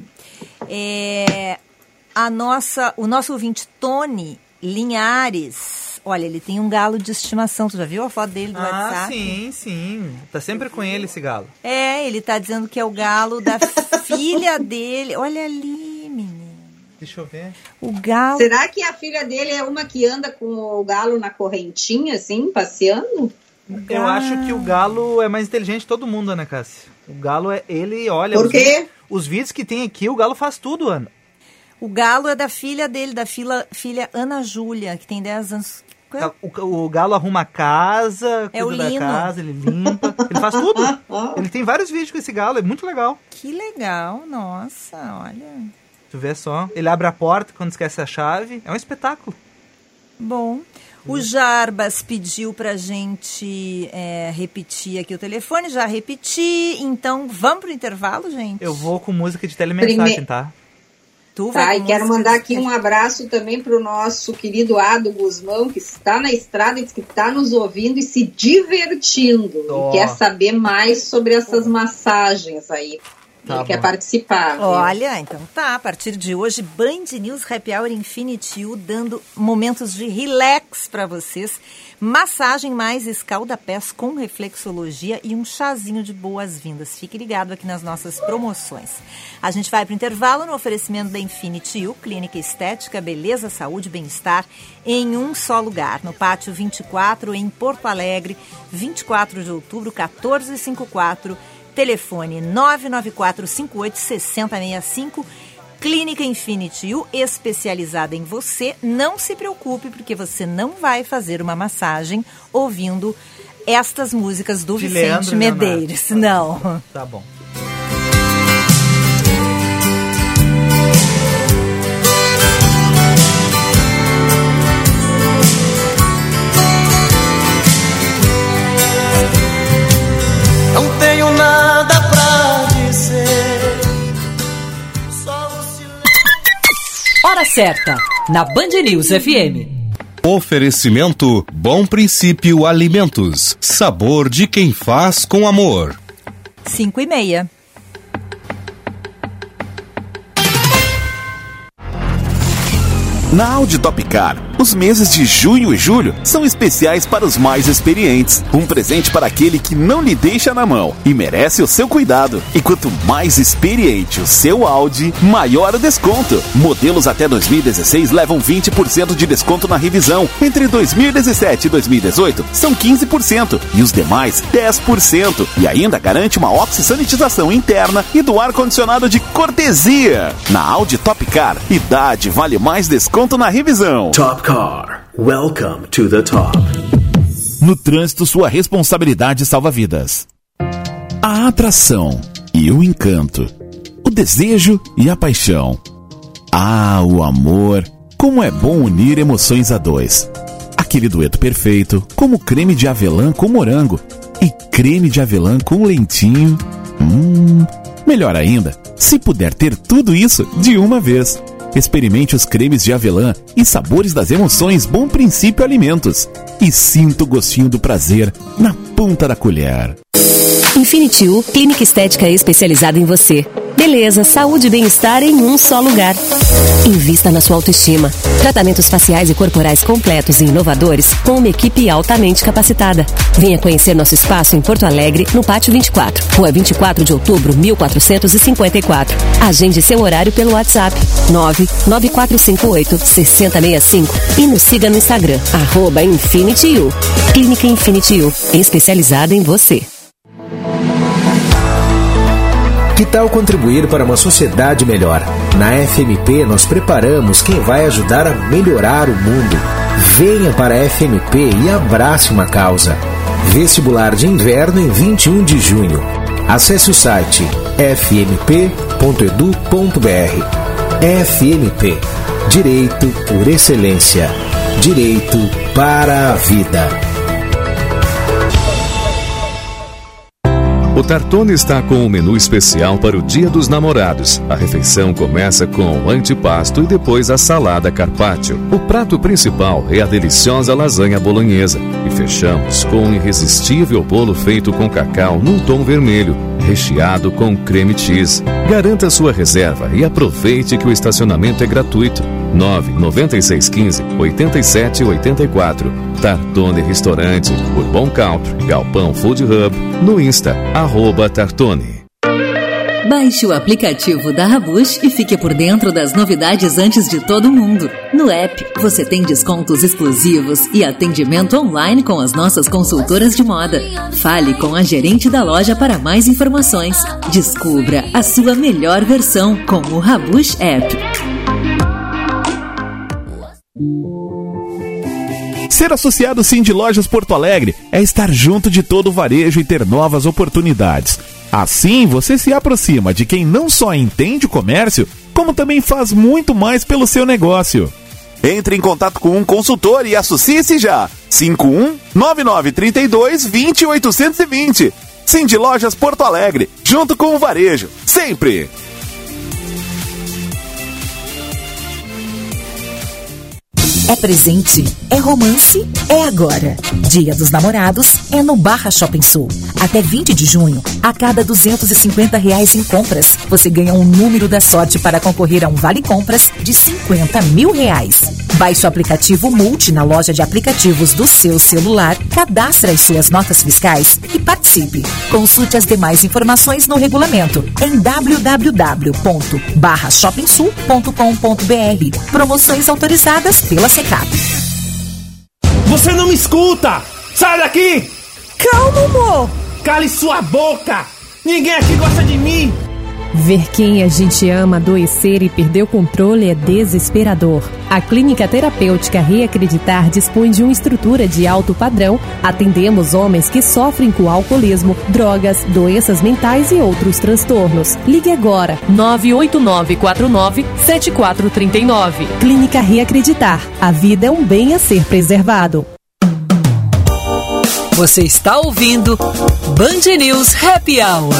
O nosso ouvinte Tony Linhares. Olha, ele tem um galo de estimação. Tu já viu a foto dele do WhatsApp? Sim. Tá sempre com ele esse galo. Ele tá dizendo que é o galo da filha dele. Olha ali, menino. Deixa eu ver. O galo... Será que a filha dele é uma que anda com o galo na correntinha, assim, passeando? Eu acho que o galo é mais inteligente de todo mundo, Ana Cássia. O galo ele olha... Por quê? Os vídeos que tem aqui, o galo faz tudo, Ana. O galo é da filha dele, da filha Ana Júlia, que tem 10 anos. O galo arruma a casa, cuida da casa, ele limpa, ele faz tudo. Ele tem vários vídeos com esse galo, é muito legal. Que legal, nossa, olha. Tu vê só, ele abre a porta quando esquece a chave, é um espetáculo. Bom, o Jarbas pediu pra gente repetir aqui o telefone, já repeti, então vamos pro intervalo, gente? Eu vou com música de telemensagem, tá? E quero mandar aqui um abraço também para o nosso querido Ado Guzmão, que está na estrada e que está nos ouvindo e se divertindo. E quer saber mais sobre essas massagens aí. Ele quer participar. Olha, então tá. A partir de hoje, Band News Happy Hour Infinity U, dando momentos de relax para vocês. Massagem mais escalda-pés com reflexologia e um chazinho de boas-vindas. Fique ligado aqui nas nossas promoções. A gente vai para o intervalo no oferecimento da Infinity U, clínica estética, beleza, saúde e bem-estar em um só lugar. No Pátio 24, em Porto Alegre, 24 de outubro, 1454. Telefone 994586065. Clínica Infinity U, especializada em você. Não se preocupe, porque você não vai fazer uma massagem ouvindo estas músicas do Vicente Medeiros. Não. Tá bom. Não tenho nada pra dizer. Hora certa, na Band News FM. Oferecimento Bom Princípio Alimentos. Sabor de quem faz com amor. 5:30. Na Audi Topcar, os meses de junho e julho são especiais para os mais experientes. Um presente para aquele que não lhe deixa na mão e merece o seu cuidado. E quanto mais experiente o seu Audi, maior o desconto. Modelos até 2016 levam 20% de desconto na revisão. Entre 2017 e 2018 são 15% e os demais 10%. E ainda garante uma oxi-sanitização interna e do ar-condicionado de cortesia. Na Audi Topcar, idade vale mais desconto na revisão. Top Car. Welcome to the top. No trânsito, sua responsabilidade salva vidas. A atração e o encanto. O desejo e a paixão. Ah, o amor. Como é bom unir emoções a dois. Aquele dueto perfeito, como creme de avelã com morango e creme de avelã com lentinho. Melhor ainda, se puder ter tudo isso de uma vez. Experimente os cremes de avelã e sabores das emoções Bom Princípio Alimentos. E sinta o gostinho do prazer na ponta da colher. Infinity U, clínica estética especializada em você. Beleza, saúde e bem-estar em um só lugar. Invista na sua autoestima. Tratamentos faciais e corporais completos e inovadores com uma equipe altamente capacitada. Venha conhecer nosso espaço em Porto Alegre, no Pátio 24, Rua 24 de Outubro, 1454. Agende seu horário pelo WhatsApp 99458-6065 e nos siga no Instagram, @InfinityU. Clínica Infinity U, especializada em você. Que tal contribuir para uma sociedade melhor? Na FMP nós preparamos quem vai ajudar a melhorar o mundo. Venha para a FMP e abrace uma causa. Vestibular de inverno em 21 de junho. Acesse o site fmp.edu.br. FMP. Direito por excelência. Direito para a vida. O Tartone está com um menu especial para o Dia dos Namorados. A refeição começa com o antipasto e depois a salada carpaccio. O prato principal é a deliciosa lasanha bolonhesa. E fechamos com um irresistível bolo feito com cacau num tom vermelho, recheado com creme cheese. Garanta sua reserva e aproveite que o estacionamento é gratuito. 99615-8784. Tartone Restaurante, Bourbon Country, Galpão Food Hub, no Insta, @Tartone. Baixe o aplicativo da Rabush e fique por dentro das novidades antes de todo mundo. No app, você tem descontos exclusivos e atendimento online com as nossas consultoras de moda. Fale com a gerente da loja para mais informações. Descubra a sua melhor versão com o Rabush App. Ser associado Cindy Lojas Porto Alegre é estar junto de todo o varejo e ter novas oportunidades. Assim, você se aproxima de quem não só entende o comércio, como também faz muito mais pelo seu negócio. Entre em contato com um consultor e associe-se já. 51-9932-20820. Cindy Lojas Porto Alegre, junto com o varejo, sempre! É presente, é romance, é agora. Dia dos Namorados é no Barra Shopping Sul. Até 20 de junho, a cada R$250 em compras, você ganha um número da sorte para concorrer a um vale-compras de R$50 mil. Baixe o aplicativo Multi na loja de aplicativos do seu celular, cadastre as suas notas fiscais e participe. Consulte as demais informações no regulamento em www.barrashopingsul.com.br. Promoções autorizadas pela SECAP. Você não me escuta! Sai daqui! Calma, amor! Cale sua boca! Ninguém aqui gosta de mim! Ver quem a gente ama adoecer e perder o controle é desesperador. A Clínica Terapêutica Reacreditar dispõe de uma estrutura de alto padrão. Atendemos homens que sofrem com alcoolismo, drogas, doenças mentais e outros transtornos. Ligue agora, 98949-7439. Clínica Reacreditar. A vida é um bem a ser preservado. Você está ouvindo Band News Happy Hour.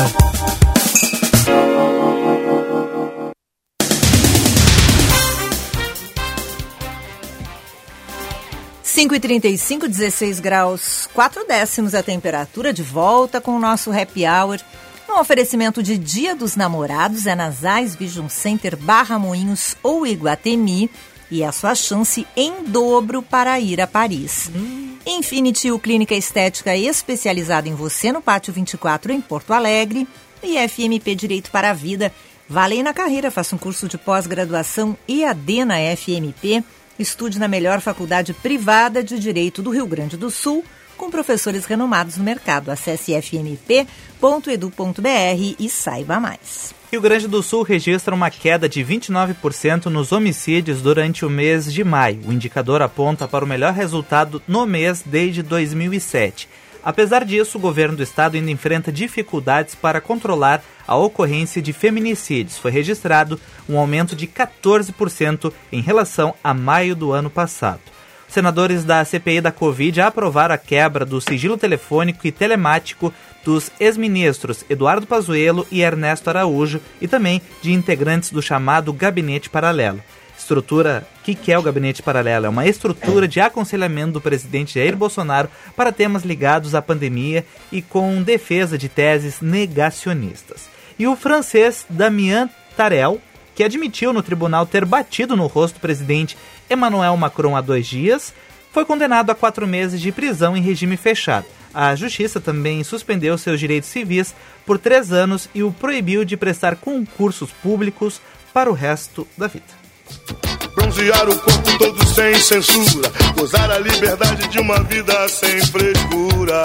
Cinco e 35, 16 graus, 4 décimos a temperatura, de volta com o nosso Happy Hour. Um oferecimento de Dia dos Namorados é na Zais Vision Center, Barra Moinhos ou Iguatemi. E a sua chance em dobro para ir a Paris. Infinity U Clínica Estética especializada em você no Pátio 24 em Porto Alegre. E FMP Direito para a Vida. Vale na carreira, faça um curso de pós-graduação EAD na FMP. Estude na melhor faculdade privada de Direito do Rio Grande do Sul, com professores renomados no mercado. Acesse fmp.edu.br e saiba mais. Rio Grande do Sul registra uma queda de 29% nos homicídios durante o mês de maio. O indicador aponta para o melhor resultado no mês desde 2007. Apesar disso, o governo do estado ainda enfrenta dificuldades para controlar a ocorrência de feminicídios. Foi registrado um aumento de 14% em relação a maio do ano passado. Os senadores da CPI da Covid aprovaram a quebra do sigilo telefônico e telemático dos ex-ministros Eduardo Pazuello e Ernesto Araújo e também de integrantes do chamado Gabinete Paralelo. Estrutura, o que é o Gabinete Paralelo? É uma estrutura de aconselhamento do presidente Jair Bolsonaro para temas ligados à pandemia e com defesa de teses negacionistas. E o francês Damien Tarel, que admitiu no tribunal ter batido no rosto do presidente Emmanuel Macron há 2 dias, foi condenado a 4 meses de prisão em regime fechado. A justiça também suspendeu seus direitos civis por 3 anos e o proibiu de prestar concursos públicos para o resto da vida. Bronzear o corpo todo sem censura, gozar a liberdade de uma vida sem frescura.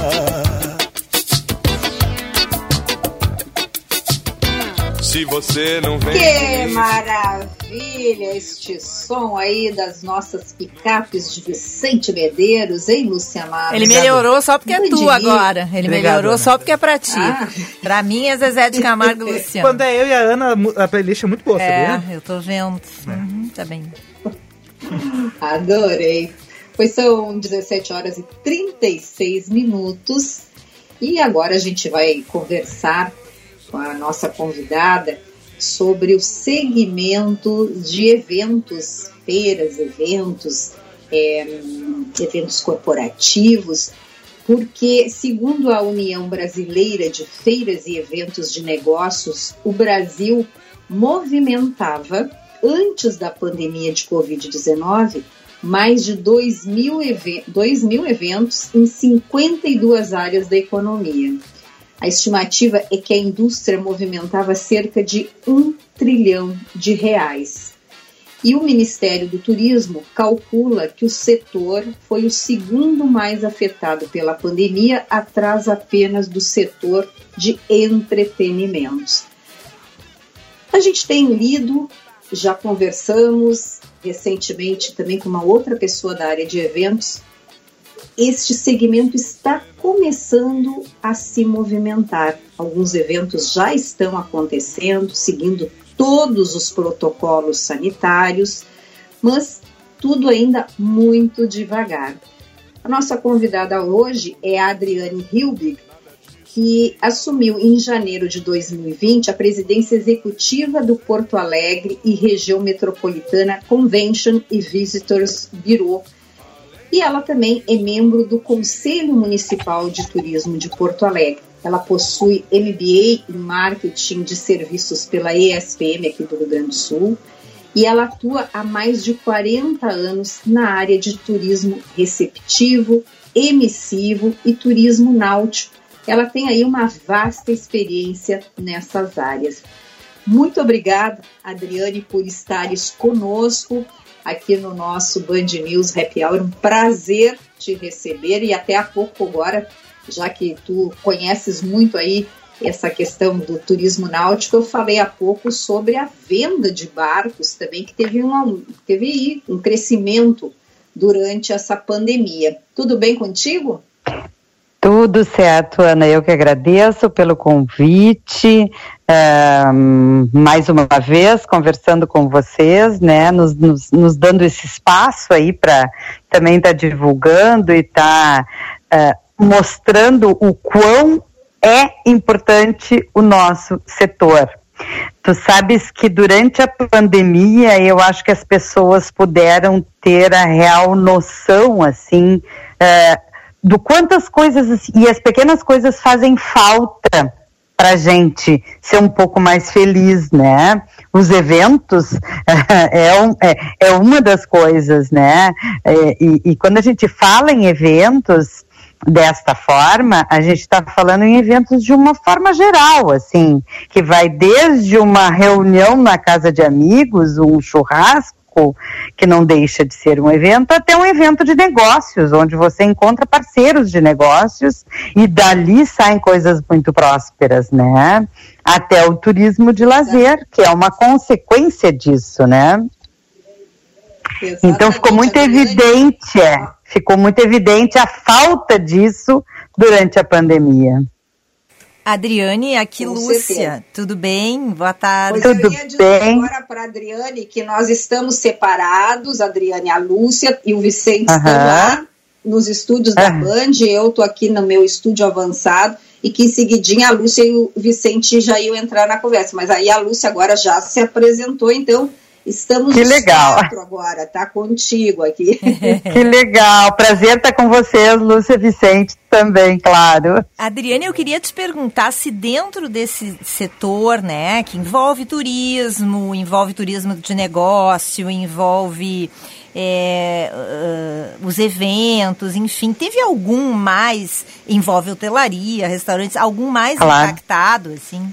Se você não vem... Que maravilha este som aí das nossas picapes de Vicente Medeiros, hein, Lúcia Matos? Ele melhorou só porque é tu agora. Ele melhorou só porque é pra ti. Pra mim é Zezé de Camargo e Luciano. Quando é eu e a Ana, a playlist é muito boa, sabia? Eu tô vendo. Tá bem. Adorei. Pois são 17 horas e 36 minutos. E agora a gente vai conversar com a nossa convidada sobre o segmento de eventos, feiras, eventos corporativos, porque, segundo a União Brasileira de Feiras e Eventos de Negócios, o Brasil movimentava, antes da pandemia de Covid-19, mais de 2 mil eventos em 52 áreas da economia. A estimativa é que a indústria movimentava cerca de R$1 trilhão. E o Ministério do Turismo calcula que o setor foi o segundo mais afetado pela pandemia, atrás apenas do setor de entretenimentos. A gente tem lido, já conversamos recentemente também com uma outra pessoa da área de eventos. Este segmento está começando a se movimentar. Alguns eventos já estão acontecendo, seguindo todos os protocolos sanitários, mas tudo ainda muito devagar. A nossa convidada hoje é a Adriane Hilbig, que assumiu em janeiro de 2020 a presidência executiva do Porto Alegre e Região Metropolitana Convention e Visitors Bureau. E ela também é membro do Conselho Municipal de Turismo de Porto Alegre. Ela possui MBA em Marketing de Serviços pela ESPM aqui do Rio Grande do Sul e ela atua há mais de 40 anos na área de turismo receptivo, emissivo e turismo náutico. Ela tem aí uma vasta experiência nessas áreas. Muito obrigada, Adriane, por estares conosco aqui no nosso Band News Happy Hour. Um prazer te receber e até há pouco agora, já que tu conheces muito aí essa questão do turismo náutico, eu falei há pouco sobre a venda de barcos também, que teve um crescimento durante essa pandemia. Tudo bem contigo? Tudo certo, Ana. Eu que agradeço pelo convite. Mais uma vez, conversando com vocês, né, nos dando esse espaço aí para também estar divulgando e estar mostrando o quão é importante o nosso setor. Tu sabes que durante a pandemia eu acho que as pessoas puderam ter a real noção, assim, do quantas coisas e as pequenas coisas fazem falta para a gente ser um pouco mais feliz, né? Os eventos é uma das coisas, né? E quando a gente fala em eventos desta forma, a gente está falando em eventos de uma forma geral, assim, que vai desde uma reunião na casa de amigos, um churrasco, que não deixa de ser um evento, até um evento de negócios, onde você encontra parceiros de negócios e dali saem coisas muito prósperas, né? Até o turismo de lazer, que é uma consequência disso, né? Exatamente. Então ficou muito evidente a falta disso durante a pandemia. Adriane, aqui com Lúcia, certeza. Tudo bem? Boa tarde. Pois eu ia dizer agora para a Adriane que nós estamos separados, Adriane, a Lúcia e o Vicente estão lá nos estúdios da Band, eu estou aqui no meu estúdio avançado e que em seguidinha a Lúcia e o Vicente já iam entrar na conversa, mas aí a Lúcia agora já se apresentou, então estamos que legal. Agora, tá contigo aqui. Que legal, prazer estar com vocês, Lúcia e Vicente também, claro. Adriane, eu queria te perguntar se dentro desse setor, né, que envolve turismo de negócio, envolve os eventos, enfim, teve algum mais, envolve hotelaria, restaurantes, algum mais impactado, assim?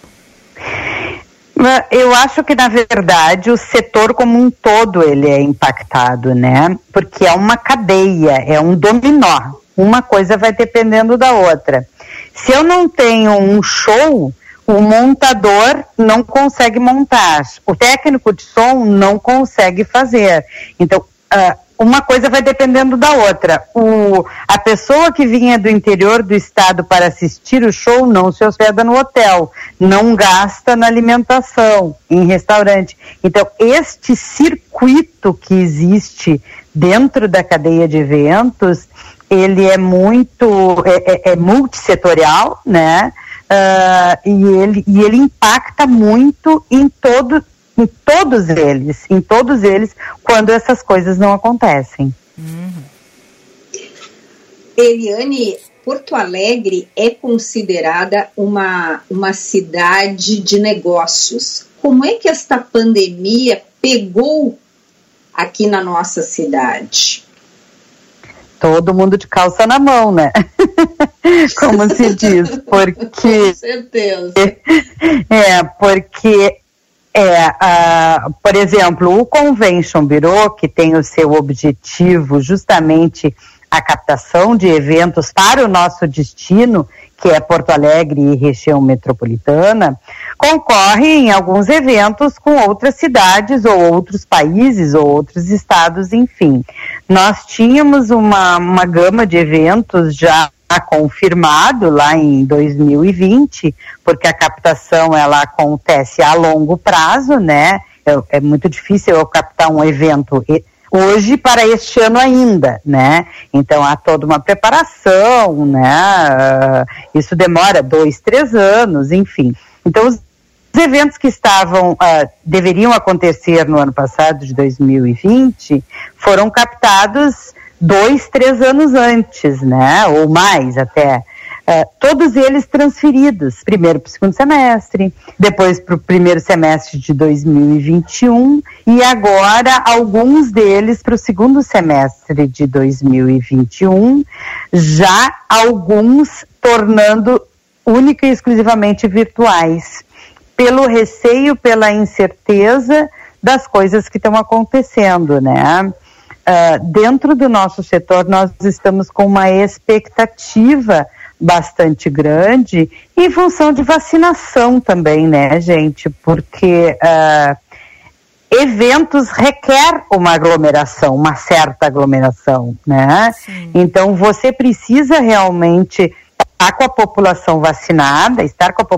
Eu acho que, na verdade, o setor como um todo ele é impactado, né? Porque é uma cadeia, é um dominó. Uma coisa vai dependendo da outra. Se eu não tenho um show, o montador não consegue montar. O técnico de som não consegue fazer. Então, uma coisa vai dependendo da outra. A pessoa que vinha do interior do estado para assistir o show não se hospeda no hotel, não gasta na alimentação, em restaurante. Então, este circuito que existe dentro da cadeia de eventos, ele é muito multissetorial, né? E ele impacta muito em todos eles, quando essas coisas não acontecem. Eliane, Porto Alegre é considerada uma cidade de negócios. Como é que esta pandemia pegou aqui na nossa cidade? Todo mundo de calça na mão, né? Como se diz, porque... Com certeza. Por exemplo, o Convention Bureau, que tem o seu objetivo justamente a captação de eventos para o nosso destino, que é Porto Alegre e região metropolitana, concorre em alguns eventos com outras cidades ou outros países ou outros estados, enfim. Nós tínhamos uma gama de eventos já confirmado lá em 2020, porque a captação ela acontece a longo prazo, né? É muito difícil eu captar um evento hoje para este ano ainda, né? Então há toda uma preparação, né? Isso demora 2, 3 anos, enfim. Então os eventos que deveriam acontecer no ano passado, de 2020, foram captados 2, 3 anos antes, né? Ou mais até. Todos eles transferidos, primeiro para o segundo semestre, depois para o primeiro semestre de 2021 e agora alguns deles para o segundo semestre de 2021, já alguns tornando única e exclusivamente virtuais, pelo receio, pela incerteza das coisas que estão acontecendo, né? Dentro do nosso setor, nós estamos com uma expectativa bastante grande em função de vacinação também, né, gente? Porque eventos requer uma aglomeração, uma certa aglomeração, né? Sim. Então você precisa realmente estar com a população vacinada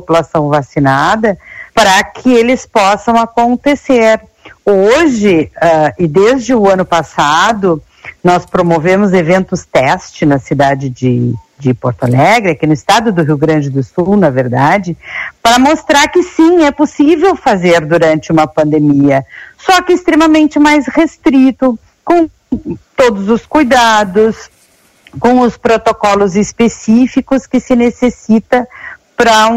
para que eles possam acontecer. Hoje, e desde o ano passado, nós promovemos eventos teste na cidade de Porto Alegre, aqui no estado do Rio Grande do Sul, na verdade, para mostrar que sim, é possível fazer durante uma pandemia, só que extremamente mais restrito, com todos os cuidados, com os protocolos específicos que se necessita para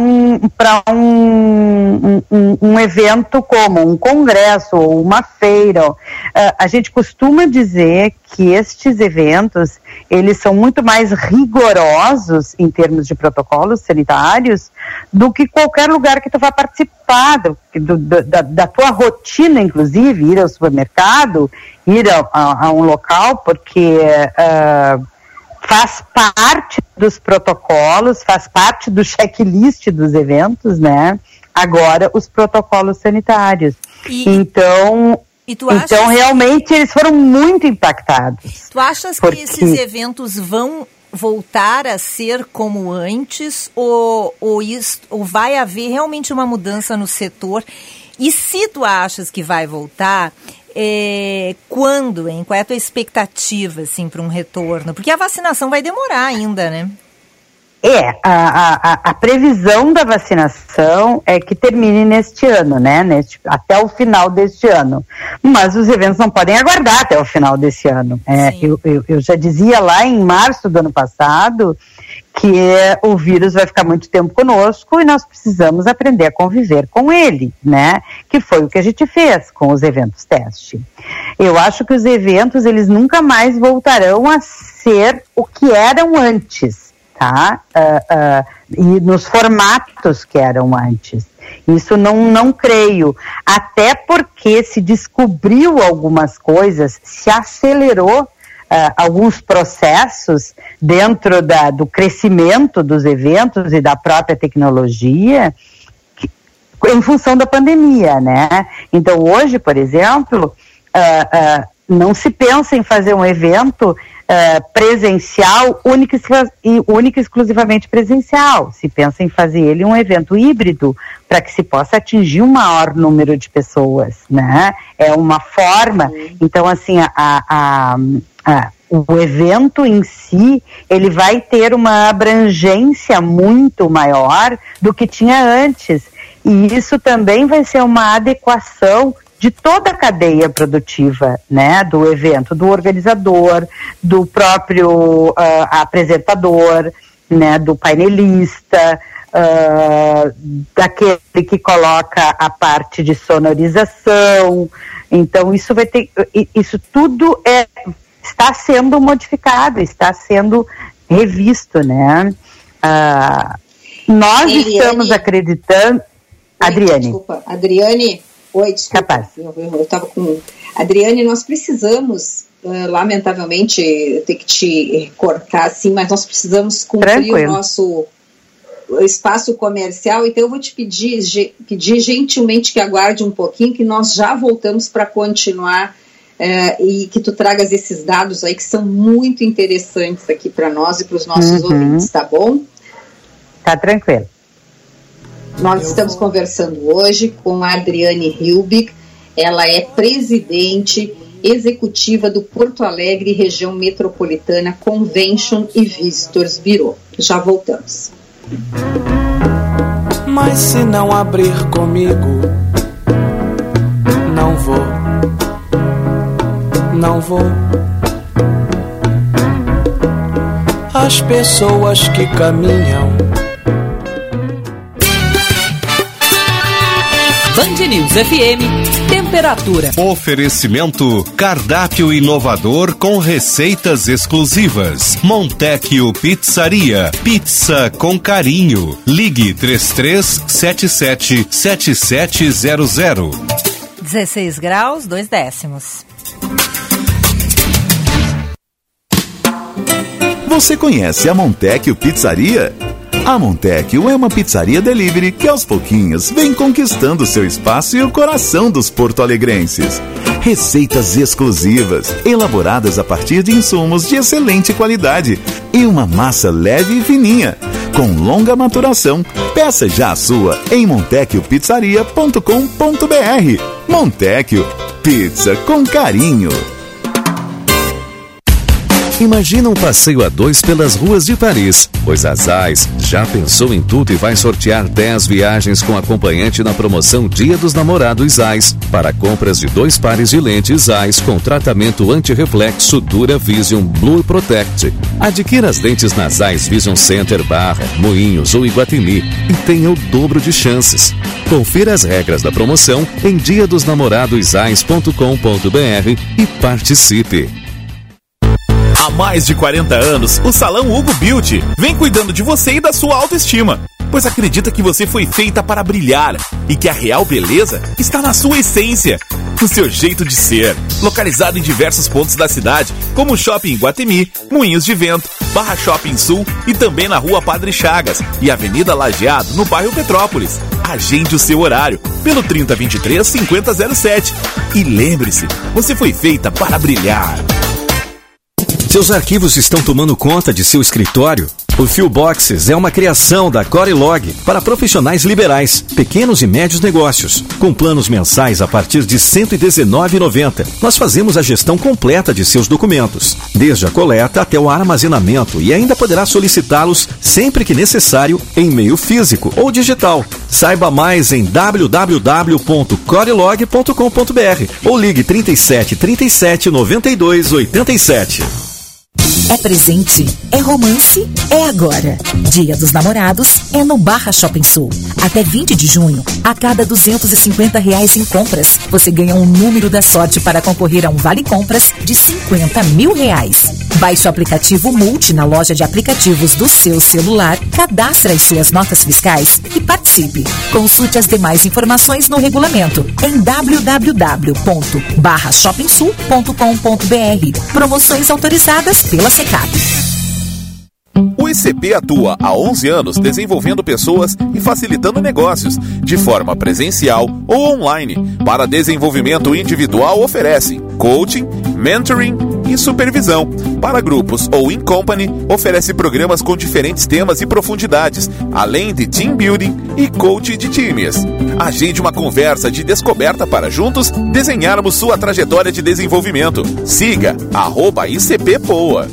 um evento como um congresso ou uma feira. A gente costuma dizer que estes eventos, eles são muito mais rigorosos em termos de protocolos sanitários do que qualquer lugar que tu vá participar, da tua rotina, inclusive, ir ao supermercado, ir a um local, porque... faz parte dos protocolos, faz parte do checklist dos eventos, né? Agora, os protocolos sanitários. Então, realmente, eles foram muito impactados. Tu achas que esses eventos vão voltar a ser como antes ou vai haver realmente uma mudança no setor? E se tu achas que vai voltar... quando, hein? Qual é a tua expectativa, assim, para um retorno? Porque a vacinação vai demorar ainda, né? A previsão da vacinação é que termine neste ano, né? Até o final deste ano. Mas os eventos não podem aguardar até o final desse ano. Eu já dizia lá em março do ano passado que o vírus vai ficar muito tempo conosco e nós precisamos aprender a conviver com ele, né? Que foi o que a gente fez com os eventos teste. Eu acho que os eventos, eles nunca mais voltarão a ser o que eram antes, tá? E nos formatos que eram antes. Isso não creio. Até porque se descobriu algumas coisas, se acelerou alguns processos dentro do crescimento dos eventos e da própria tecnologia em função da pandemia, né? Então hoje, por exemplo, não se pensa em fazer um evento presencial única e exclusivamente presencial. Se pensa em fazer ele um evento híbrido para que se possa atingir um maior número de pessoas, né? É uma forma. Então, assim, o evento em si, ele vai ter uma abrangência muito maior do que tinha antes. E isso também vai ser uma adequação de toda a cadeia produtiva, né, do evento, do organizador, do próprio apresentador, né, do painelista, daquele que coloca a parte de sonorização. Então isso vai ter, isso tudo está sendo modificado, está sendo revisto, né? Nós estamos acreditando. Adriane. Desculpa, Adriane. Oi, desculpa. Capaz. Eu estava com. Adriane, nós precisamos, lamentavelmente, ter que te cortar assim, mas nós precisamos cumprir o nosso espaço comercial, então eu vou te pedir gentilmente que aguarde um pouquinho, que nós já voltamos para continuar e que tu tragas esses dados aí que são muito interessantes aqui para nós e para os nossos ouvintes, tá bom? Tá tranquilo. Nós estamos conversando hoje com a Adriane Hilbig, ela é presidente executiva do Porto Alegre Região Metropolitana Convention e Visitors Bureau. Já voltamos. Mas se não abrir comigo, não vou. As pessoas que caminham. Band News FM, temperatura. Oferecimento, cardápio inovador com receitas exclusivas. Montecchio Pizzaria, pizza com carinho. Ligue 3377-7700. 16 graus, 2 décimos. Você conhece a Montecchio Pizzaria? A Montecchio é uma pizzaria delivery que aos pouquinhos vem conquistando seu espaço e o coração dos porto-alegrenses. Receitas exclusivas, elaboradas a partir de insumos de excelente qualidade e uma massa leve e fininha, com longa maturação. Peça já a sua em montecchiopizzaria.com.br. Montecchio, pizza com carinho. Imagina um passeio a 2 pelas ruas de Paris, pois a Zeiss já pensou em tudo e vai sortear 10 viagens com acompanhante na promoção Dia dos Namorados Zeiss, para compras de 2 pares de lentes Zeiss com tratamento anti-reflexo Dura Vision Blue Protect. Adquira as lentes na Zeiss Vision Center Barra, Moinhos ou Iguatemi e tenha o dobro de chances. Confira as regras da promoção em diadosnamoradoszeiss.com.br e participe. Há mais de 40 anos, o Salão Hugo Beauty vem cuidando de você e da sua autoestima, pois acredita que você foi feita para brilhar e que a real beleza está na sua essência, no seu jeito de ser. Localizado em diversos pontos da cidade, como o Shopping Iguatemi, Moinhos de Vento, Barra Shopping Sul e também na Rua Padre Chagas e Avenida Lajeado, no bairro Petrópolis. Agende o seu horário pelo 3023-5007 e lembre-se, você foi feita para brilhar. Seus arquivos estão tomando conta de seu escritório? O Philboxes é uma criação da Corelog para profissionais liberais, pequenos e médios negócios. Com planos mensais a partir de R$ 119,90. Nós fazemos a gestão completa de seus documentos, desde a coleta até o armazenamento, e ainda poderá solicitá-los sempre que necessário em meio físico ou digital. Saiba mais em www.corelog.com.br ou ligue 37 37 92 87. É presente, é romance, é agora. Dia dos Namorados é no Barra Shopping Sul. Até 20 de junho, a cada R$250 em compras, você ganha um número da sorte para concorrer a um vale-compras de R$50 mil. Baixe o aplicativo Multi na loja de aplicativos do seu celular, cadastre as suas notas fiscais e participe. Consulte as demais informações no regulamento em www.barrashopingsul.com.br. Promoções autorizadas pela SECAP. O ICP atua há 11 anos desenvolvendo pessoas e facilitando negócios, de forma presencial ou online. Para desenvolvimento individual, oferece coaching, mentoring, e supervisão. Para grupos ou in company, oferece programas com diferentes temas e profundidades, além de team building e coach de times. Agende uma conversa de descoberta para juntos desenharmos sua trajetória de desenvolvimento. Siga @ICPPoa.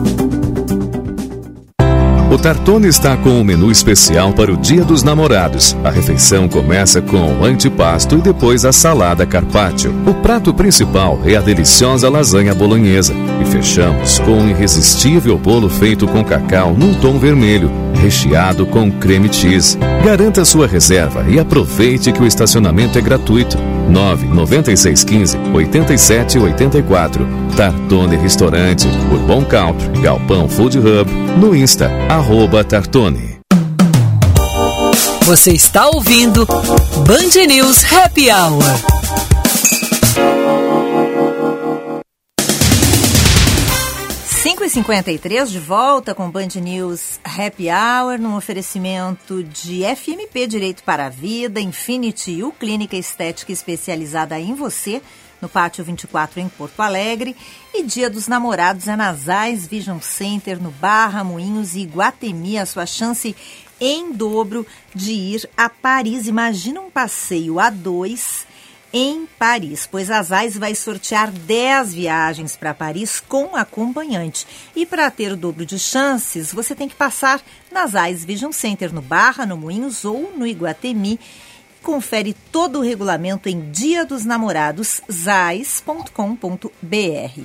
O Tartone está com um menu especial para o Dia dos Namorados. A refeição começa com o antipasto e depois a salada carpaccio. O prato principal é a deliciosa lasanha bolonhesa. E fechamos com um irresistível bolo feito com cacau num tom vermelho, recheado com creme cheese. Garanta sua reserva e aproveite que o estacionamento é gratuito. 99615-8784. Tartone Restaurante, Bourbon Country, Galpão Food Hub, no Insta, @Tartone. Você está ouvindo Band News Happy Hour. 5h53, de volta com Band News Happy Hour, num oferecimento de FMP Direito para a Vida, Infinity U, clínica estética especializada em você, no Pátio 24 em Porto Alegre, e Dia dos Namorados é na Zais Vision Center, no Barra, Moinhos e Iguatemi, a sua chance em dobro de ir a Paris. Imagina um passeio a 2 em Paris, pois a Zais vai sortear 10 viagens para Paris com acompanhante. E para ter o dobro de chances, você tem que passar na Zais Vision Center, no Barra, no Moinhos ou no Iguatemi. Confere todo o regulamento em diadosnamorados.zais.com.br.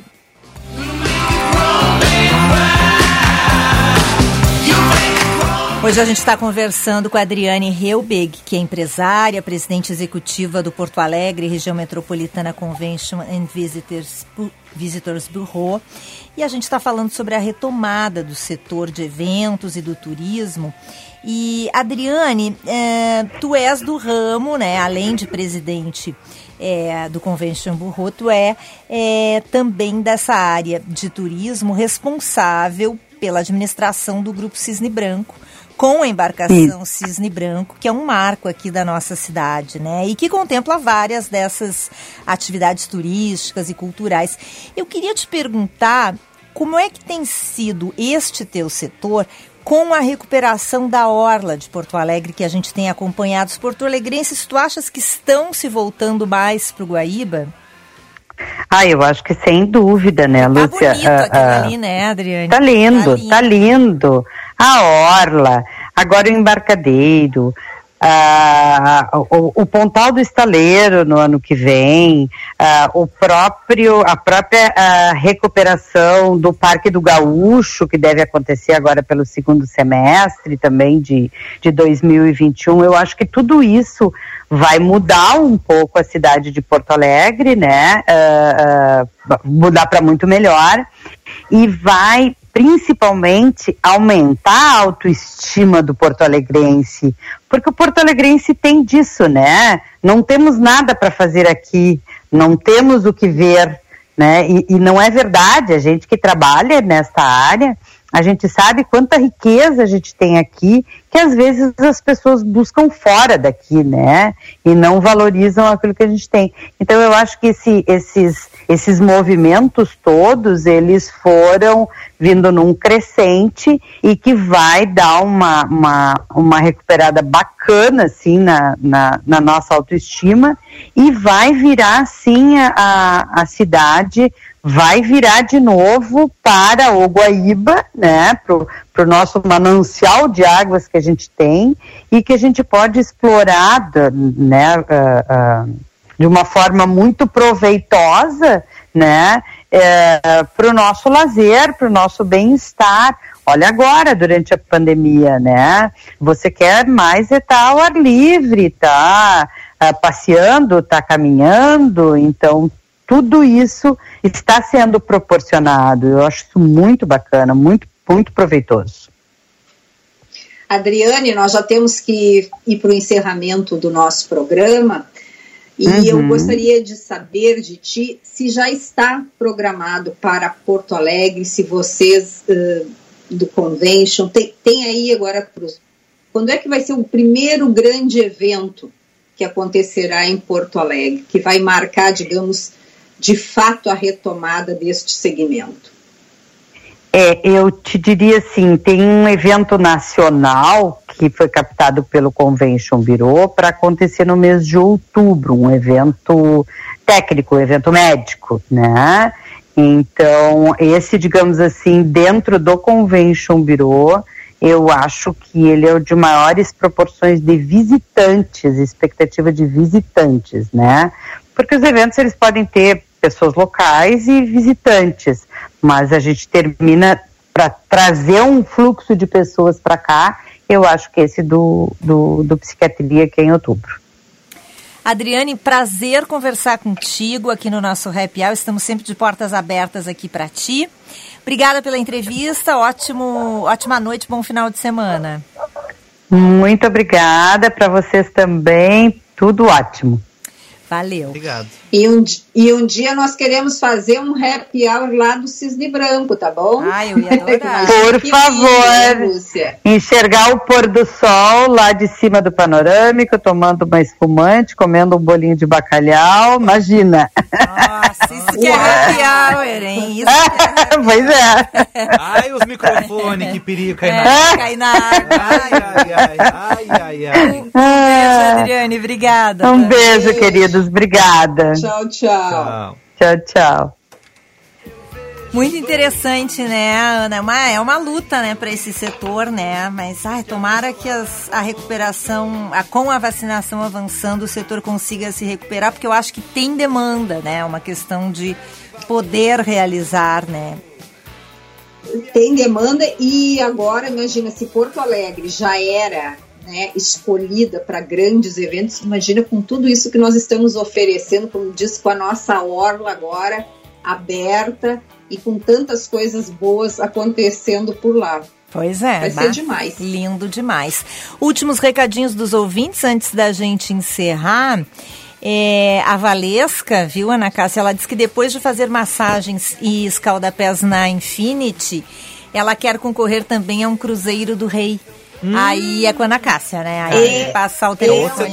Hoje a gente está conversando com a Adriane Helbig, que é empresária, presidente executiva do Porto Alegre, Região Metropolitana Convention and Visitors Bureau. E a gente está falando sobre a retomada do setor de eventos e do turismo. E, Adriane, tu és do ramo, né? Além de presidente do Convention Bureau, tu é também dessa área de turismo, responsável pela administração do Grupo Cisne Branco, com a embarcação Cisne Branco, que é um marco aqui da nossa cidade, né? E que contempla várias dessas atividades turísticas e culturais. Eu queria te perguntar como é que tem sido este teu setor com a recuperação da orla de Porto Alegre, que a gente tem acompanhado. Os porto-alegrenses, tu achas que estão se voltando mais para o Guaíba? Eu acho que sem dúvida, né, Lúcia? Tá bonito aquilo ali, né, Adriane? Tá lindo. A orla, agora o embarcadeiro, o Pontal do Estaleiro no ano que vem, a própria recuperação do Parque do Gaúcho, que deve acontecer agora pelo segundo semestre também de 2021. Eu acho que tudo isso vai mudar um pouco a cidade de Porto Alegre, né? Mudar para muito melhor, e vai principalmente aumentar a autoestima do porto-alegrense, porque o porto-alegrense tem disso, né? Não temos nada para fazer aqui, não temos o que ver, né? E não é verdade. A gente que trabalha nesta área, a gente sabe quanta riqueza a gente tem aqui, que às vezes as pessoas buscam fora daqui, né? E não valorizam aquilo que a gente tem. Então eu acho que esses movimentos todos, eles foram vindo num crescente e que vai dar uma recuperada bacana, assim, na nossa autoestima, e vai virar, assim, a cidade vai virar de novo para o Guaíba, né, pro nosso manancial de águas que a gente tem e que a gente pode explorar, né, de uma forma muito proveitosa, né, para o nosso lazer, para o nosso bem-estar. Olha agora, durante a pandemia, né, você quer mais estar ao ar livre, tá passeando, tá caminhando, então tudo isso está sendo proporcionado. Eu acho isso muito bacana, muito, muito proveitoso. Adriane, nós já temos que ir para o encerramento do nosso programa e eu gostaria de saber de ti se já está programado para Porto Alegre, se vocês do Convention, tem aí agora, quando é que vai ser o primeiro grande evento que acontecerá em Porto Alegre, que vai marcar, digamos, de fato a retomada deste segmento? Eu te diria assim, tem um evento nacional que foi captado pelo Convention Bureau para acontecer no mês de outubro, um evento técnico, um evento médico, né? Então, esse, digamos assim, dentro do Convention Bureau, eu acho que ele é o de maiores proporções de visitantes, expectativa de visitantes, né? Porque os eventos, eles podem ter pessoas locais e visitantes, mas a gente termina para trazer um fluxo de pessoas para cá, eu acho que esse do Psiquiatria, que é em outubro. Adriane, prazer conversar contigo aqui no nosso Happy Hour. Estamos sempre de portas abertas aqui para ti. Obrigada pela entrevista, ótima noite, bom final de semana. Muito obrigada, para vocês também, tudo ótimo. Valeu. Obrigado. E um dia nós queremos fazer um happy hour lá do Cisne Branco, tá bom? Eu ia adorar. Por favor, enxergar o pôr do sol lá de cima do panorâmico, tomando uma espumante, comendo um bolinho de bacalhau, imagina. Nossa, isso que é happy hour, hein? Isso que é pois é. Ai, os microfones, que perigo, cai na água. Cai na água. Ai. Um beijo, Adriane, obrigada. Um beijo, queridos, obrigada. Tchau, tchau. Tchau. Muito interessante, né, Ana? É uma luta, né, para esse setor, né? Mas tomara que a recuperação, com a vacinação avançando, o setor consiga se recuperar, porque eu acho que tem demanda, né? É uma questão de poder realizar, né? Tem demanda e agora, imagina, se Porto Alegre já era, né, escolhida para grandes eventos, imagina com tudo isso que nós estamos oferecendo, como disse, com a nossa orla agora aberta e com tantas coisas boas acontecendo por lá. Pois é. Vai ser demais. Lindo demais. Últimos recadinhos dos ouvintes antes da gente encerrar. A Valesca, viu, Ana Cássia? Ela disse que depois de fazer massagens e escaldapés na Infinity, ela quer concorrer também a um Cruzeiro do Rei. Aí é com a Ana Cássia, né? Aí passar o telefone.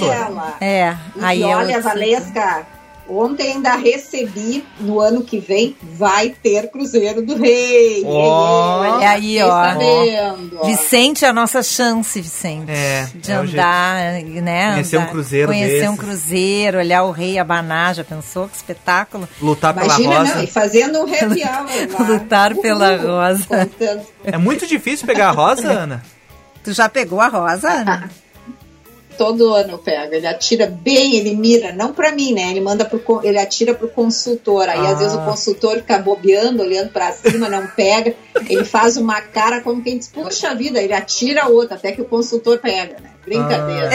E olha, Valesca, ontem ainda recebi, no ano que vem, vai ter Cruzeiro do Rei. Olha aí, ó. Sabendo, Vicente é a nossa chance, Vicente. De andar, né? Conhecer um cruzeiro Conhecer um cruzeiro, olhar o rei abanar, já pensou? Que espetáculo. Lutar pela rosa. Não, e fazendo um happy hour lá. Lutar pela rosa. É muito difícil pegar a rosa, Ana? Tu já pegou a rosa, Ana? Todo ano eu pego. Ele atira bem, ele mira, não pra mim, né? Ele atira pro consultor. Aí às vezes o consultor fica bobeando, olhando pra cima, não pega. Ele faz uma cara como quem diz, puxa vida, ele atira a outra, até que o consultor pega, né? Brincadeira.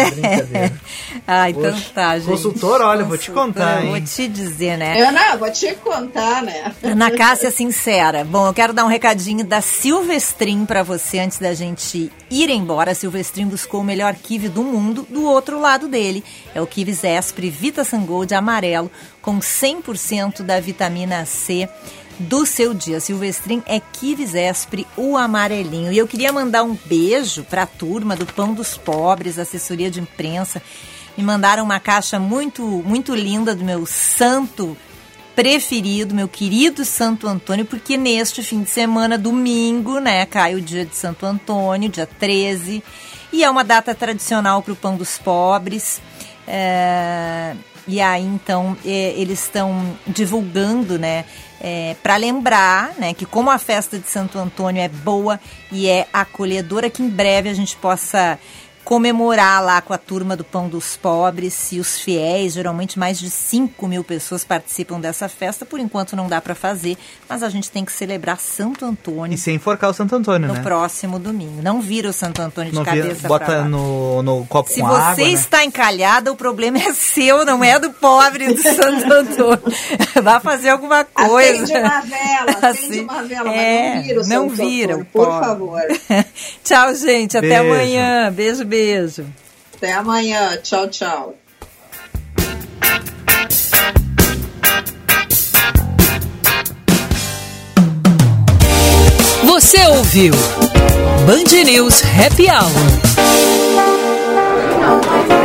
Então tá, gente. Consultor, olha, vou te contar, hein? Vou te dizer, né? Vou te contar, né? Ana Cássia sincera. Bom, eu quero dar um recadinho da Silvestrin pra você antes da gente ir embora. A Silvestrin buscou o melhor kiwi do mundo do outro lado dele. É o kiwi Zespri Vita Sangold amarelo com 100% da vitamina C do seu dia. Silvestrin é kiwi Zespri, o amarelinho. E eu queria mandar um beijo para a turma do Pão dos Pobres, assessoria de imprensa. Me mandaram uma caixa muito, muito linda do meu santo preferido, meu querido Santo Antônio, porque neste fim de semana, domingo, né, cai o dia de Santo Antônio, dia 13, e é uma data tradicional para o Pão dos Pobres. E aí, então, eles estão divulgando, né, para lembrar, né, que como a festa de Santo Antônio é boa e é acolhedora, que em breve a gente possa comemorar lá com a turma do Pão dos Pobres e os fiéis. Geralmente mais de 5 mil pessoas participam dessa festa. Por enquanto não dá para fazer, mas a gente tem que celebrar Santo Antônio. E sem enforcar o Santo Antônio, no né? próximo domingo. Não vira o Santo Antônio de cabeça bota pra lá. no copo com água. Se você está encalhada, o problema é seu, não é do pobre do Santo Antônio. Vai fazer alguma coisa. Acende uma vela, mas não vira o Santo Antônio, por favor. Tchau, gente. Até amanhã. Beijo. Até amanhã. Tchau, tchau. Você ouviu Band News Happy Hour.